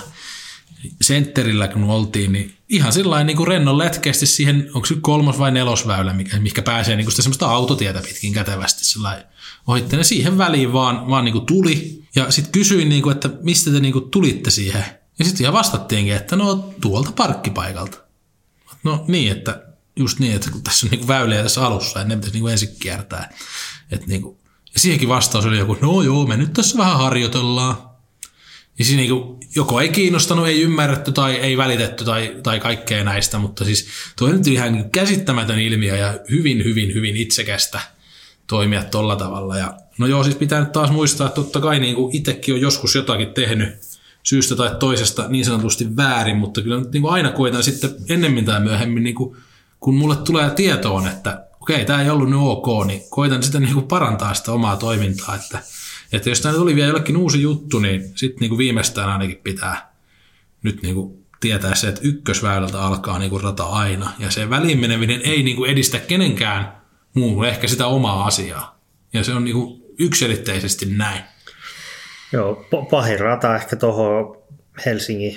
sentterillä kun oltiin, niin ihan sillain niin kuin rennon lätkeästi siihen, onko se kolmos- vai nelosväylä, mikä, mikä pääsee niin kuin sitä semmoista autotietä pitkin kätevästi sillain ohitte siihen väliin vaan, vaan niin kuin tuli. Ja sitten kysyin, niin kuin, että mistä te niin kuin tulitte siihen. Ja sitten ihan vastattiinkin, että no tuolta parkkipaikalta. No niin, että just niin, että kun tässä on niin kuin väyliä tässä alussa, että ne pitäisi niin kuin ensin kiertää. Että niin kuin, ja siihenkin vastaus oli joku, no joo, me nyt tässä vähän harjoitellaan. niin siinä niinku, joko ei kiinnostanut, ei ymmärretty tai ei välitetty tai, tai kaikkea näistä, mutta siis tuo on nyt ihan käsittämätön ilmiö ja hyvin, hyvin, hyvin itsekästä toimia tolla tavalla. Ja, no joo, siis pitää nyt taas muistaa, että totta kai niinku itsekin on joskus jotakin tehnyt syystä tai toisesta niin sanotusti väärin, mutta kyllä nyt niinku aina koitan sitten ennemmin tai myöhemmin, niinku, kun mulle tulee tietoon, että okei, tämä ei ollut nyt ok, niin koitan sitten niinku parantaa sitä omaa toimintaa, että Että jos tämä tuli vielä jollekin uusi juttu, niin sitten niinku viimeistään ainakin pitää nyt niinku tietää se, että ykkösväylältä alkaa niinku rata aina. Ja se väliin meneminen ei niinku edistä kenenkään muun, ehkä sitä omaa asiaa. Ja se on niinku yksiselitteisesti näin. Joo, pahin rata ehkä tuohon Helsingin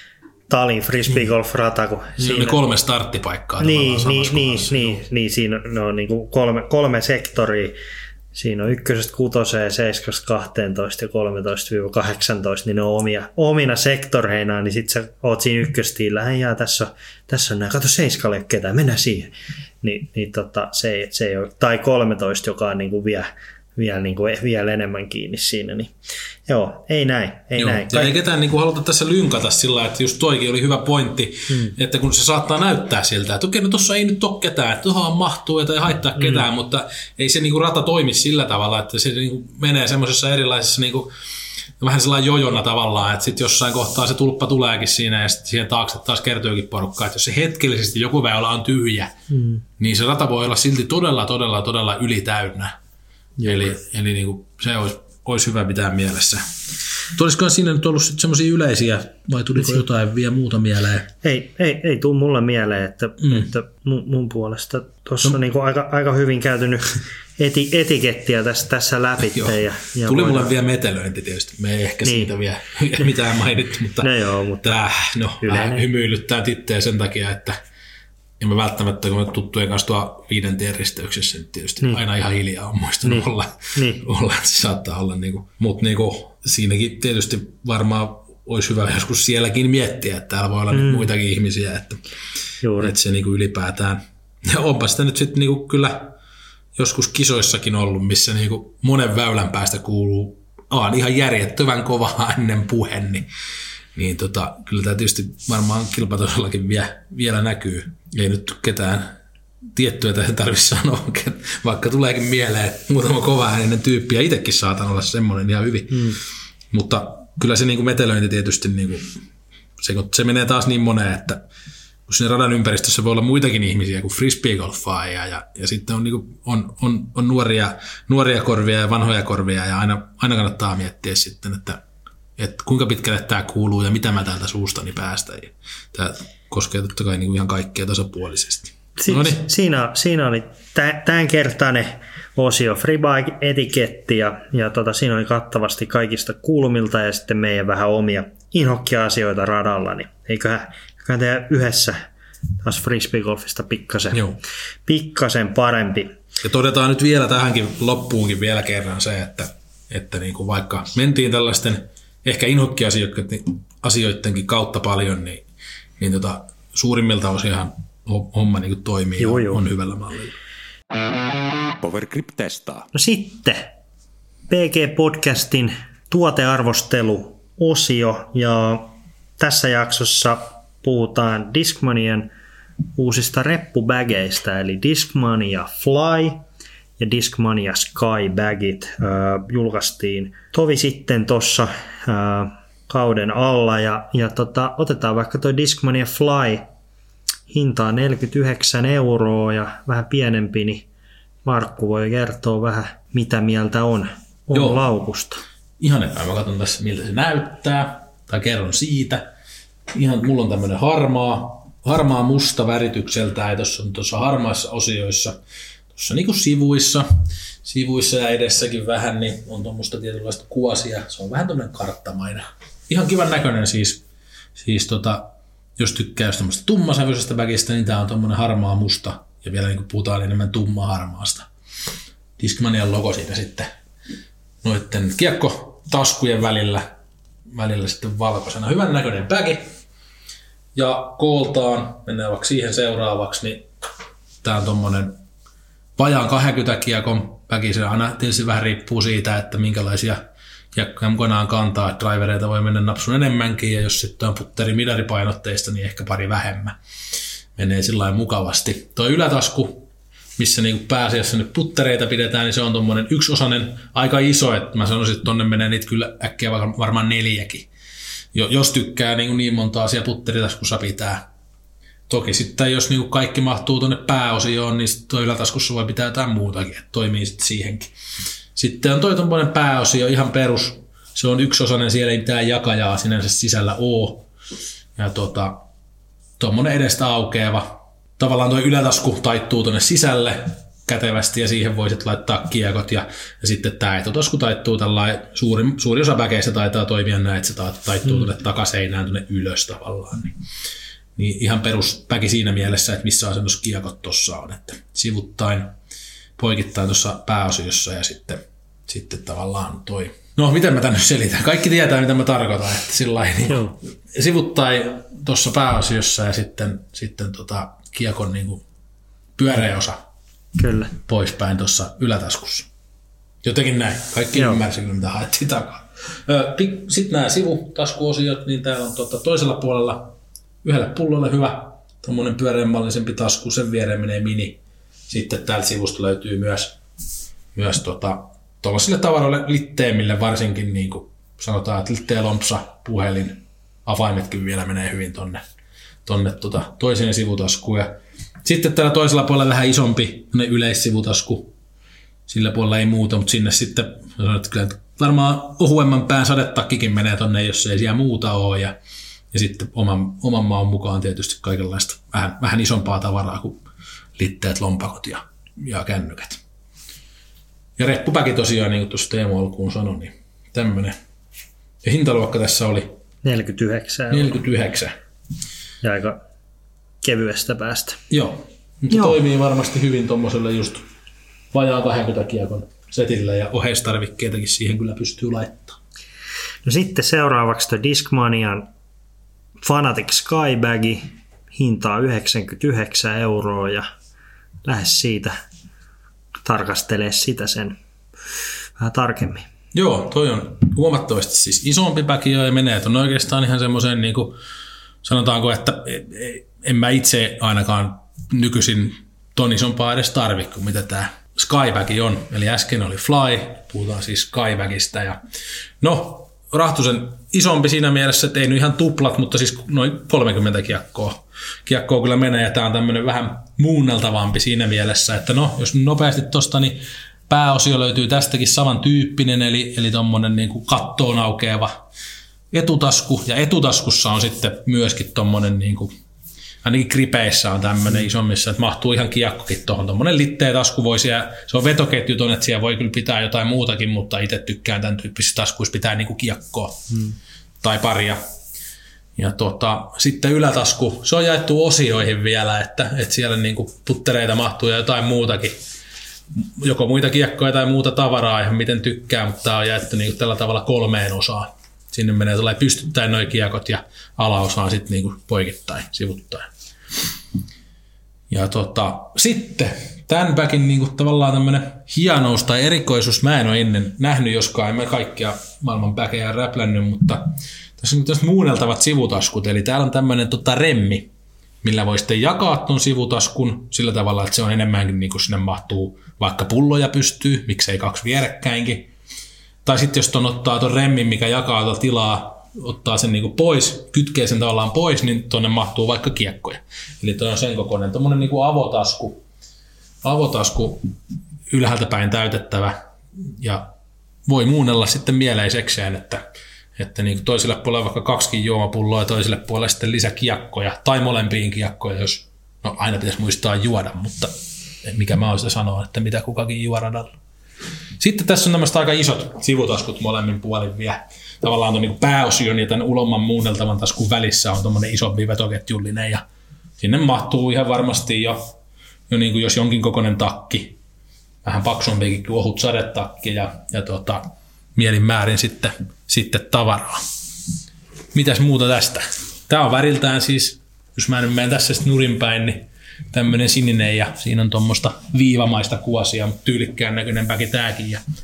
Talin frisbeegolf-rata. Kun siinä on ne kolme starttipaikkaa. Niin, niin, niin, niin, niin, siinä on niinku kolme, kolme sektoria. Siinä on ykkösestä kutoseen, seiskasta kahteentoista ja kolmetoista kahdeksantoista, niin ne on omia, omina sektoreina, niin sit sä oot siinä ykköstiillä, hei jaa, tässä on, tässä on nää, kato seiskalle ei ole ketään, mennään siihen. Ni, niin tota, se, ei, se ei ole, tai kolmetoista, joka on niinku vielä, vielä, niinku, vielä enemmän kiinni siinä, niin joo, ei näin, ei joo, näin. Ja ei ketään niinku haluta tässä lynkata sillä, että just toikin oli hyvä pointti, hmm. että kun se saattaa näyttää siltä, että okei, no tossa ei nyt ole ketään, että tuohon mahtuu, että ei haittaa hmm. ketään, mutta ei se niinku rata toimi sillä tavalla, että se niinku menee semmoisessa erilaisessa niinku, vähän sellainen jojona tavallaan, että sitten jossain kohtaa se tulppa tuleekin siinä ja sitten siihen taakse taas kertyykin porukkaa, että jos se hetkellisesti joku väylä on tyhjä, hmm. niin se rata voi olla silti todella, todella, todella ylitäynnä. Eli, eli niinku, se olisi, olisi hyvä pitää mielessä. Olisikohan siinä nyt ollut semmoisia yleisiä, vai tuliko jotain vielä muuta mieleen? Ei, ei, ei tule mulle mieleen, että, mm. että mun, mun puolesta tuossa no. on niinku aika, aika hyvin käytynyt eti, etikettiä tässä, tässä läpi. Ja, ja tuli voidaan... mulle vielä metelöinti tietysti. Me ei ehkä niin. siitä vielä mitään mainittu, mutta, no joo, mutta tämä no, vähän hymyilyttää titteä sen takia, että ja me välttämättä, kun me tuttujen kanssa tuo viiden tien risteyksessä, niin tietysti niin. aina ihan hiljaa on muistanut niin. olla, niin. olla, että se saattaa olla. Niin kuin, mutta niin kuin, siinäkin tietysti varmaan olisi hyvä joskus sielläkin miettiä, että täällä voi olla mm. muitakin ihmisiä, että, että se niin kuin ylipäätään. Ja onpa sitä nyt sitten niin kuin kyllä joskus kisoissakin ollut, missä niin kuin monen väylän päästä kuuluu aan ihan järjettömän kova ennen puhe, niin Niin tota, kyllä tämä tietysti varmaan kilpatasollakin vie, vielä näkyy. Ei nyt ketään tiettyä tähän tarvitse sanoa, vaikka tuleekin mieleen muutama kova ääninen tyyppi, ja itsekin saatan olla semmoinen ihan hyvin. Mm. Mutta kyllä se niin kuin metelöinti tietysti, niin kuin, se, se menee taas niin moneen, että kun siinä radan ympäristössä voi olla muitakin ihmisiä kuin frisbeegolfaajia, ja, ja sitten on, niin kuin, on, on, on nuoria, nuoria korvia ja vanhoja korvia, ja aina, aina kannattaa miettiä sitten, että että kuinka pitkälle tämä kuuluu ja mitä mä täältä suustani päästä. Tämä koskee totta kai niinku ihan kaikkea tasapuolisesti. Si- siinä, siinä oli tämänkertainen osio Freebike-etiketti ja, ja tota, siinä oli kattavasti kaikista kulmilta ja sitten meidän vähän omia inhokkia asioita radalla. Niin eiköhän, eiköhän tehdä yhdessä taas frisbeegolfista pikkasen, pikkasen parempi. Ja todetaan nyt vielä tähänkin loppuunkin vielä kerran se, että, että niinku vaikka mentiin tällaisten ehkä inhokki-asioidenkin kautta paljon, niin, niin tota, suurimmilta osiahan homma niin toimii joo, ja joo. on hyvällä mallilla. Powergrip testaa. No sitten P G-podcastin tuotearvostelu-osio, ja tässä jaksossa puhutaan Discmanian uusista reppubägeistä, eli Discmania Fly ja Discmania Sky Bagit äh, julkaistiin tovi sitten tuossa äh, kauden alla ja, ja tota, otetaan vaikka toi Discmania Fly hintaa neljäkymmentäyhdeksän euroa ja vähän pienempi, niin Markku voi kertoa vähän mitä mieltä on, on laukusta. Ihan epä, mä katson tässä miltä se näyttää tai kerron siitä. Ihan, mulla on tämmönen harmaa, harmaa musta väritykseltä ja tuossa on tuossa harmaissa osioissa tuossa niin kuin sivuissa, sivuissa ja edessäkin vähän, niin on tuommoista tietynlaista kuosia. Se on vähän tuommoinen karttamainen. Ihan kivan näköinen siis. Siis tota, jos tykkää tämmöistä tummasävyisestä bagista, niin tää on tuommoinen harmaa musta. Ja vielä niin kuin puhutaan enemmän tumma harmaasta. Discmanian logo siinä sitten noitten kiekkotaskujen välillä, välillä sitten valkoisena. Hyvän näköinen bagi. Ja kooltaan, mennään vaikka siihen seuraavaksi, niin tää on tommonen vajaan kaksikymmentä kiekon bagi. Se aina tietysti vähän riippuu siitä, että minkälaisia kiekkoja mukanaan kantaa, että drivereita voi mennä napsun enemmänkin, ja jos sitten on putteri midaripainotteista, niin ehkä pari vähemmän. Menee sillä mukavasti. Tuo ylätasku, missä niinku pääasiassa nyt puttereita pidetään, niin se on tuommoinen yksiosainen, aika iso, että mä sanoisin, että tonne menee niitä kyllä äkkiä varmaan neljäkin. Jos tykkää niin, niin monta asiaa putteritaskussa pitää. Toki sitten jos niin kaikki mahtuu tuonne pääosioon, niin tuo ylätaskussa voi pitää jotain muutakin, että toimii sitten siihenkin. Sitten on toi tuommoinen pääosio, ihan perus. Se on yksiosainen, siellä ei mitään jakajaa sinänsä sisällä ole. Ja tota, tuommoinen edestä aukeava. Tavallaan tuo ylätasku taittuu tuonne sisälle kätevästi ja siihen voisit laittaa kiekot. Ja, ja sitten tämä etutasku taittuu tällainen, suuri, suuri osa väkeistä taitaa toimia näin, että se taittuu mm. tuonne takaseinään tuonne ylös tavallaan. Niin, niin ihan peruspäki siinä mielessä, että missä asennossa kiekot tuossa on. Että sivuttain, poikittain tuossa pääosiossa ja sitten, sitten tavallaan toi. No, miten mä tänne selitän? Kaikki tietää, mitä mä tarkoitan. Että sillain, niin sivuttain tuossa pääosiossa ja sitten, sitten tota, kiekon niin kuin pyöreä osa. Kyllä. Poispäin tuossa ylätaskussa. Jotenkin näin. Kaikki ymmärsivät, mitä haettiin takaa. Sitten nämä sivutaskuosiot, niin täällä on tuota, toisella puolella yhdelle pullolle hyvä tuommoinen pyöreämmallisempi tasku, sen viereen menee mini. Sitten täältä sivusta löytyy myös, myös tota, tuollaisille tavaroille litteemille varsinkin, niin kuin sanotaan, että litteä, lompsa, puhelin, avaimetkin vielä menee hyvin tonne, tonne tota, toiseen sivutaskuun. Ja sitten täällä toisella puolella vähän isompi yleissivutasku. Sillä puolella ei muuta, mutta sinne sitten kyllä varmaan ohuemman pään sadetakkikin menee tonne, jos ei siellä muuta ole. Ja, ja sitten oman, oman maan mukaan tietysti kaikenlaista vähän, vähän isompaa tavaraa kuin litteet, lompakot ja, ja kännykät. Ja reppupäki tosiaan, niin kuin tuossa Teemu alkuun sanoi, niin tämmöinen. Ja hintaluokka tässä oli neljäkymmentäyhdeksän. neljäkymmentäyhdeksän. Ja aika kevyestä päästä. Joo, mutta Joo. toimii varmasti hyvin tuommoiselle just vajaa kaksikymmentä kiekon setille ja oheistarvikkeitakin siihen kyllä pystyy laittamaan. No sitten seuraavaksi tuo Discmanian Fanatic Skybagi, hintaa yhdeksänkymmentäyhdeksän euroa ja lähes siitä tarkastelee sitä sen vähän tarkemmin. Joo, toi on huomattavasti siis isompi bagi ja menee tuonne oikeastaan ihan semmoiseen, niin kuin sanotaanko, että en mä itse ainakaan nykyisin ton isompaa edes tarvitse kuin mitä tämä Skybagi on. Eli äsken oli Fly, puhutaan siis Skybagista. Ja no, rahtusen isompi siinä mielessä, että ei nyt ihan tuplat, mutta siis noin kolmekymmentä kiekkoa. Kiekkoa kyllä menee ja tämä on tämmöinen vähän muunneltavampi siinä mielessä, että no, jos nopeasti tosta, niin pääosio löytyy tästäkin samantyyppinen, eli, eli tommonen niin kuin kattoon aukeava etutasku, ja etutaskussa on sitten myöskin tommonen, niin kuin, ainakin gripeissä on tämmöinen isommissa, että mahtuu ihan kiekkokin tuohon, tommonen litteä tasku voi siellä, se on vetoketjuton, että siellä voi kyllä pitää jotain muutakin, mutta itse tykkään tämän tyyppisissä taskuissa pitää niin kuin kiekkoa hmm. tai paria. Ja tota, sitten ylätasku, se on jaettu osioihin vielä, että, että siellä niin kuin puttereita mahtuu ja jotain muutakin. Joko muita kiekkoja tai muuta tavaraa, ihan miten tykkää, mutta tämä on jaettu niin kuin tällä tavalla kolmeen osaan. Sinne menee tulee pystyttäen nuo kiekot ja alaosaan sitten niin kuin poikittain, sivuttain. Ja tota, sitten tämän bagin niin kuin tavallaan tämmöinen hienous tai erikoisuus, mä en ole ennen nähnyt, joskaan en mä kaikkia maailman bagejä räplännyt, mutta tässä on tämmöiset muunneltavat sivutaskut, eli täällä on tämmöinen tota, remmi, millä voi sitten jakaa tuon sivutaskun sillä tavalla, että se on enemmänkin niin kuin sinne mahtuu vaikka pulloja pystyy, miksei kaksi vierekkäinkin. Tai sitten jos ton ottaa tuon remmin, mikä jakaa tuota tilaa, ottaa sen niin kuin pois, kytkee sen tavallaan pois, niin tuonne mahtuu vaikka kiekkoja. Eli tuo on sen kokoinen, tuommoinen niin kuin avotasku, avotasku ylhäältä päin täytettävä ja voi muunnella sitten mieleisekseen, että Että niin toiselle puolelle vaikka kaksikin juomapulloa ja toiselle puolelle sitten lisäkiekkoja tai molempiin kiekkoja, jos no aina pitäisi muistaa juoda, mutta mikä mä oon sitä sanoa, että mitä kukakin juo radalla. Sitten tässä on nämä aika isot sivutaskut molemmin puolin vielä. Tavallaan tuon niin pääosion ja tämän ulomman muunneltavan taskun välissä on tuommoinen isompi vetoketjullinen ja sinne mahtuu ihan varmasti jo, jo niin kuin jos jonkin kokoinen takki, vähän paksumpikin kuin ohut sadetakki ja, ja tota, mielin määrin sitten, sitten tavaraa. Mitäs muuta tästä? Tämä on väriltään siis, jos mä nyt menen tässä sitten nurinpäin, niin tämmöinen sininen ja siinä on tuommoista viivamaista kuosia, mutta tyylikkään näköinen bagi tääkin. Ja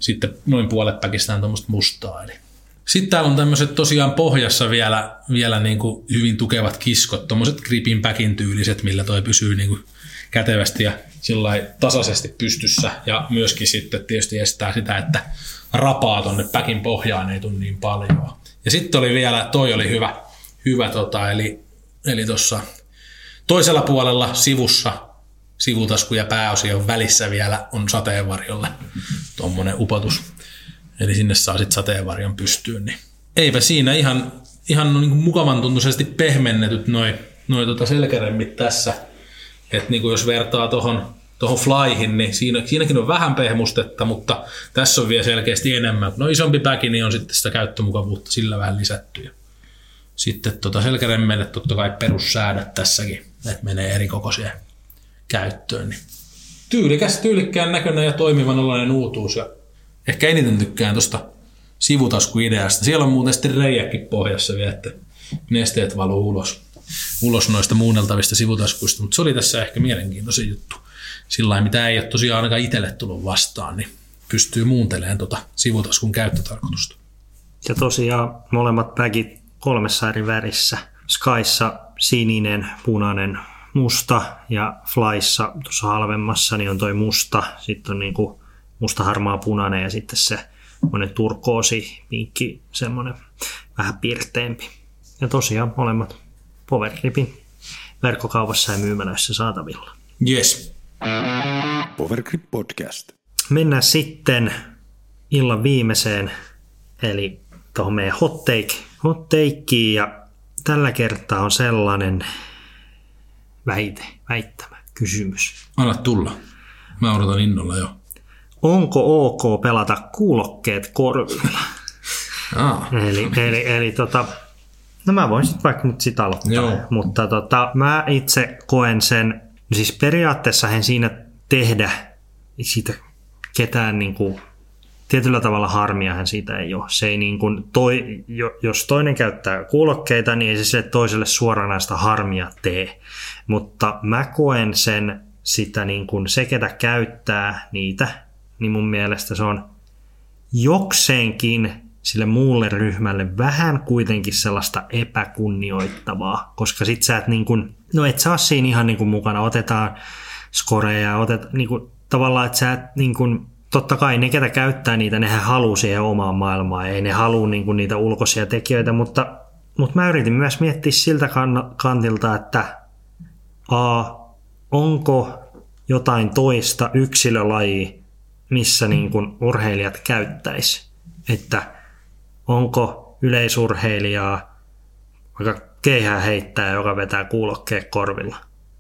sitten noin puolet päkistään tuommoista mustaa. Eli. Sitten täällä on tämmöiset tosiaan pohjassa vielä, vielä niin kuin hyvin tukevat kiskot, tuommoiset gripin päkin tyyliset, millä toi pysyy niin kuin kätevästi ja sillai tasaisesti pystyssä. Ja myöskin sitten tietysti estää sitä, että rapaa tuonne päkin pohjaan ei tule niin paljon. Ja sitten oli vielä, toi oli hyvä, hyvä tota, eli, eli tuossa toisella puolella sivussa, sivutasku ja pääosion välissä vielä on sateenvarjolla tuommoinen upotus. Eli sinne saa sitten sateenvarjon pystyyn. Niin eipä siinä ihan, ihan niin kuin mukavan tuntuisesti pehmennetyt noi, noi tota selkäremmit tässä. Että niin jos vertaa tuohon tuohon Flyhin, niin siinä, siinäkin on vähän pehmustetta, mutta tässä on vielä selkeästi enemmän. No isompi päki, niin on sitten sitä käyttömukavuutta sillä vähän lisätty. Ja sitten tota selkäremmeille totta kai perussäädöt tässäkin, että menee eri kokoiseen käyttöön. Niin tyylikäs, tyylikkään näköinen ja toimivan oloinen uutuus. Ja ehkä eniten tykkään tuosta sivutaskuideasta. Siellä on muuten sitten reijäkin pohjassa vielä, että nesteet valuu ulos, ulos noista muunneltavista sivutaskuista, mutta se oli tässä ehkä mielenkiintoisin juttu. Sillain, mitä ei ole tosiaan ainakaan itselle tullut vastaan, niin pystyy muuntelemaan tuota sivutaskun käyttötarkoitusta. Ja tosiaan molemmat bagit kolmessa eri värissä. Skyssa sininen, punainen, musta ja Flyssa tuossa halvemmassa niin on toi musta. Sitten on niinku musta, harmaa, punainen ja sitten se monen turkoosi, pinkki, semmoinen vähän pirteempi. Ja tosiaan molemmat Power Gripin verkkokaupassa ja myymälöissä saatavilla. Yes. Power Grip Podcast. Mennään sitten illan viimeiseen, eli tuohon meidän hot take, hot takeen, ja tällä kertaa on sellainen väite, väittämä, kysymys. Anna tulla. Mä odotan innolla jo. Onko ok pelata kuulokkeet korvilla? Ah. eli eli, eli tota, no mä voin sitten vaikka nyt sit aloittaa, Joo. mutta tota, mä itse koen sen, siis periaatteessa en siinä tehdä siitä ketään niin kuin, tietyllä tavalla harmiahan siitä ei ole. Se ei niin kuin toi, jos toinen käyttää kuulokkeita, niin ei se sille toiselle suoranaista harmia tee. Mutta mä koen sen sitä niin kuin se, ketä käyttää niitä, niin mun mielestä se on jokseenkin sille muulle ryhmälle vähän kuitenkin sellaista epäkunnioittavaa, koska sit sä et niin kuin, no et saa siinä ihan niin kuin mukana, otetaan skoreja, otet, niin kuin, tavallaan, että sä et niin kuin, totta kai ne, ketä käyttää niitä, nehän haluaa siihen omaan maailmaan, ei ne halua niin kuin niitä ulkoisia tekijöitä, mutta, mutta mä yritin myös miettiä siltä kantilta, että a, onko jotain toista yksilölajia, missä niin kuin urheilijat käyttäisi, että onko yleisurheilijaa, vaikka keihää heittää, joka vetää kuulokkeen korvilla.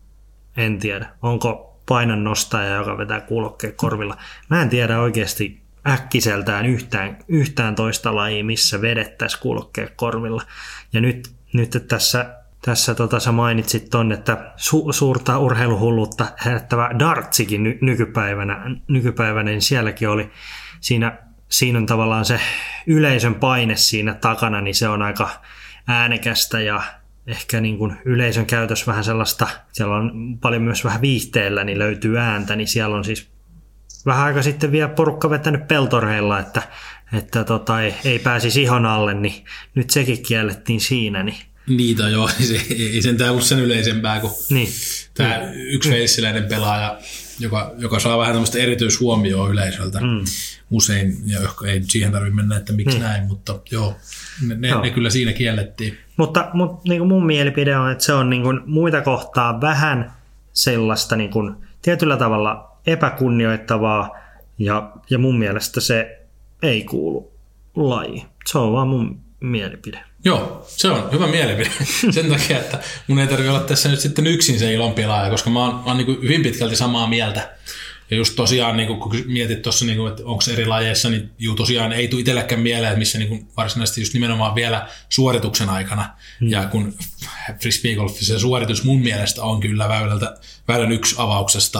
En tiedä. Onko painonnostaja, joka vetää kuulokkeen korvilla. Mä en tiedä oikeasti äkkiseltään yhtään, yhtään toista lajia, missä vedettäisiin kuulokkeen korvilla. Ja nyt, nyt tässä, tässä tota, sä mainitsit ton, että su, suurta urheiluhulluutta herättävä dartsikin ny, nykypäivänä, nykypäivänä, niin sielläkin oli siinä, siinä on tavallaan se yleisön paine siinä takana, niin se on aika äänekästä ja ehkä niin kuin yleisön käytös vähän sellaista, siellä on paljon myös vähän viihteellä, niin löytyy ääntä, niin siellä on siis vähän aika sitten vielä porukka vetänyt peltorheilla, että, että tota, ei, ei pääsisi ihon alle, niin nyt sekin kiellettiin siinä. Niin. Niitä joo, se, ei sentään ollut sen yleisempää kuin niin. tämä mm. yksi veissiläinen pelaaja, joka, joka saa vähän tämmöistä erityishuomioon yleisöltä mm. usein, ja ei siihen tarvitse mennä, että miksi mm. näin, mutta joo, ne, ne, ne kyllä siinä kiellettiin. Mutta, mutta niin kuin mun mielipide on, että se on niin kuin muita kohtaa vähän sellaista niin kuin tietyllä tavalla epäkunnioittavaa, ja, ja mun mielestä se ei kuulu lajiin. Se on vaan mun mielipide. Joo, se on hyvä mielipide. Sen takia, että mun ei tarvitse olla tässä nyt sitten yksin se ilonpilaaja, koska mä oon, mä oon niin kuin hyvin pitkälti samaa mieltä. Ja just tosiaan, niin kun mietit tuossa, niin että onko eri lajeissa, niin juu, tosiaan ei tule itselläkään mieleen, että missä niin varsinaisesti just nimenomaan vielä suorituksen aikana. Mm. Ja kun frisbeegolfissa se suoritus mun mielestä on kyllä väylältä, väylän yksi avauksesta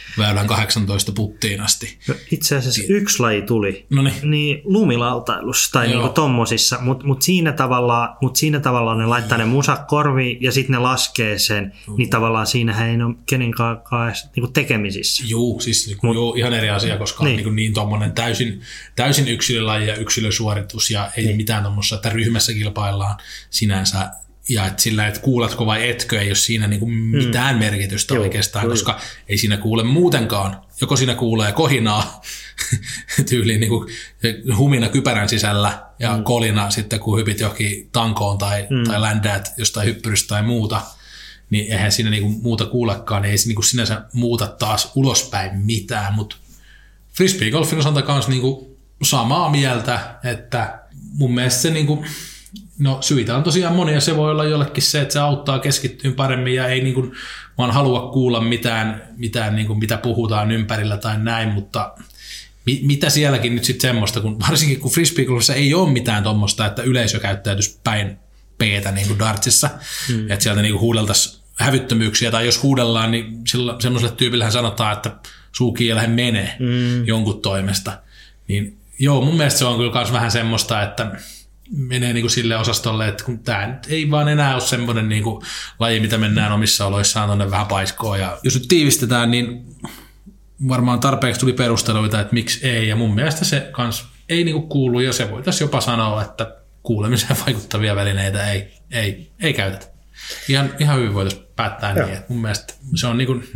väylän kahdeksantoista puttiin asti. Itse asiassa yksi laji tuli, Noniin. niin lumilautailussa tai niinku tommosissa, mutta mut siinä, tavallaan, mut siinä tavallaan ne laittaa ne musat korviin ja sitten ne laskee sen, Juhu. niin tavallaan siinähän ei ole kenenkään niinku tekemisissä. Joo, siis niinku, mut, joo, ihan eri asia, koska niin. on niinku niin tommonen täysin, täysin yksilölaji ja yksilösuoritus ja ei niin. mitään tommoista, että ryhmässä kilpaillaan sinänsä. Ja et sillä, että kuuletko vai etkö, ei ole siinä niinku mitään mm. merkitystä Joo, oikeastaan, koska jo. ei siinä kuule muutenkaan. Joko siinä kuulee kohinaa, tyyliin niinku humina kypärän sisällä ja mm. kolina sitten, kun hypit johonkin tankoon tai, mm. tai ländäät jostain hyppyrystä tai muuta, niin eihän siinä niinku muuta kuulekaan, niin ei se niinku sinänsä muuta taas ulospäin mitään. Mutta frisbeegolfin osalta kanssa niinku samaa mieltä, että mun mielestä se niinku... No syitä on tosiaan monia, se voi olla jollekin se, että se auttaa keskittyä paremmin ja ei niin kuin, vaan halua kuulla mitään, mitään niin kuin, mitä puhutaan ympärillä tai näin, mutta mi, mitä sielläkin nyt sitten semmoista, kun, varsinkin kun frisbeegolfissa ei ole mitään tuommoista, että yleisö käyttäytyisi päin peetä niin kuin dartsissa, hmm. että sieltä niin kuin huudeltaisiin hävyttömyyksiä tai jos huudellaan, niin sillä, semmoiselle tyypillähän sanotaan, että suu kielehen menee hmm. jonkun toimesta, niin joo, mun mielestä se on kyllä myös vähän semmoista, että menee niin kuin sille osastolle, että kun tämä nyt ei vaan enää ole semmoinen niin kuin laji, mitä mennään omissa oloissaan tuonne vähän paiskoon. Ja jos nyt tiivistetään, niin varmaan tarpeeksi tuli perusteluita, että miksi ei. Ja mun mielestä se kans ei niin kuin kuulu, ja se voitaisiin jopa sanoa, että kuulemiseen vaikuttavia välineitä ei, ei, ei käytetä. Ihan, ihan hyvin voitaisiin päättää Joo. niin, että mun mielestä se on niin kuin,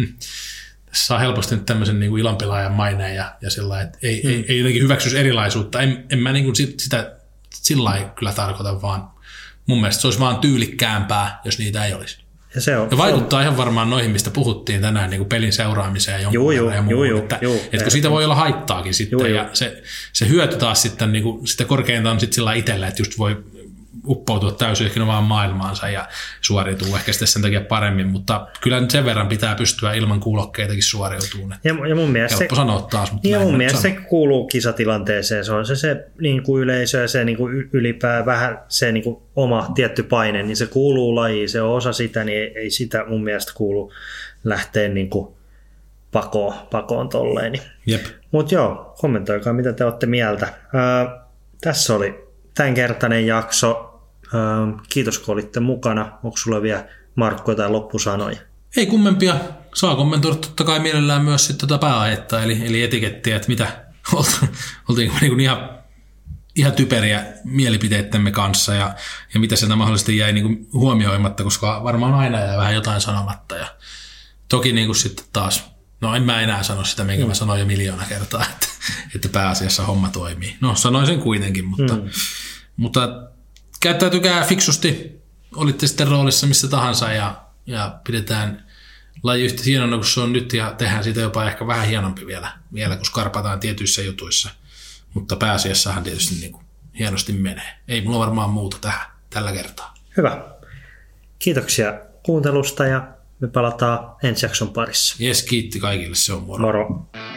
saa helposti nyt tämmöisen niin kuin ilonpilaajan maineen ja, ja sillä että ei, hmm. ei, ei jotenkin hyväksyisi erilaisuutta. En, en mä niin kuin sitä sillä ei kyllä tarkoita, vaan mun mielestä se olisi vaan tyylikkäämpää, jos niitä ei olisi. Ja, se on, ja vaikuttaa se on. ihan varmaan noihin, mistä puhuttiin tänään niin kuin pelin seuraamiseen ja jonkun verran ja muuhun. Että, että kun siitä voi olla haittaakin sitten, juu, ja juu. Se, se hyöty taas sitten, niin kuin, sitä korkeintaan sitten sillä itsellä, että just voi uppoutua täysin ehkä vaan maailmaansa ja suoriutuu ehkä sitten sen takia paremmin, mutta kyllä nyt sen verran pitää pystyä ilman kuulokkeitakin suoriutumaan. Ja, ja mun mielestä helppo se, sanoa taas, mutta ja mun mielestä se kuuluu kisatilanteeseen. Se on se, se niin kuin yleisö ja se niin kuin ylipää vähän se niin kuin oma tietty paine, niin se kuuluu lajiin, se on osa sitä, niin ei, ei sitä mun mielestä kuulu lähteä niin kuin pakoon, pakoon tolleen. Mutta joo, kommentoikaa mitä te olette mieltä. Ää, tässä oli tämänkertainen jakso. Kiitos, kun olitte mukana. Onko sulla vielä, Markku, jotain loppusanoja? Ei kummempia. Saa kommentoida totta kai mielellään myös sitten tätä pääaihetta, eli, eli etikettiä, että mitä oltiin niin ihan, ihan typeriä mielipiteittemme kanssa ja, ja mitä sieltä mahdollisesti jäi niin huomioimatta, koska varmaan aina jää vähän jotain sanomatta. Ja toki niin sitten taas, no en mä enää sano sitä, minkä mm. mä sanoin jo miljoona kertaa, että, että pääasiassa homma toimii. No sanoin sen kuitenkin, mutta, mm. mutta käyttäytykää fiksusti, olitte sitten roolissa missä tahansa ja, ja pidetään laji yhtä hienona kuin se on nyt ja tehdään siitä jopa ehkä vähän hienompi vielä, vielä kun skarpataan tietyissä jutuissa. Mutta pääasiassahan tietysti niin kuin hienosti menee. Ei mulla varmaan muuta tähän tällä kertaa. Hyvä. Kiitoksia kuuntelusta ja me palataan ensi jakson parissa. Jes, kiitti kaikille. Se on moro. Moro.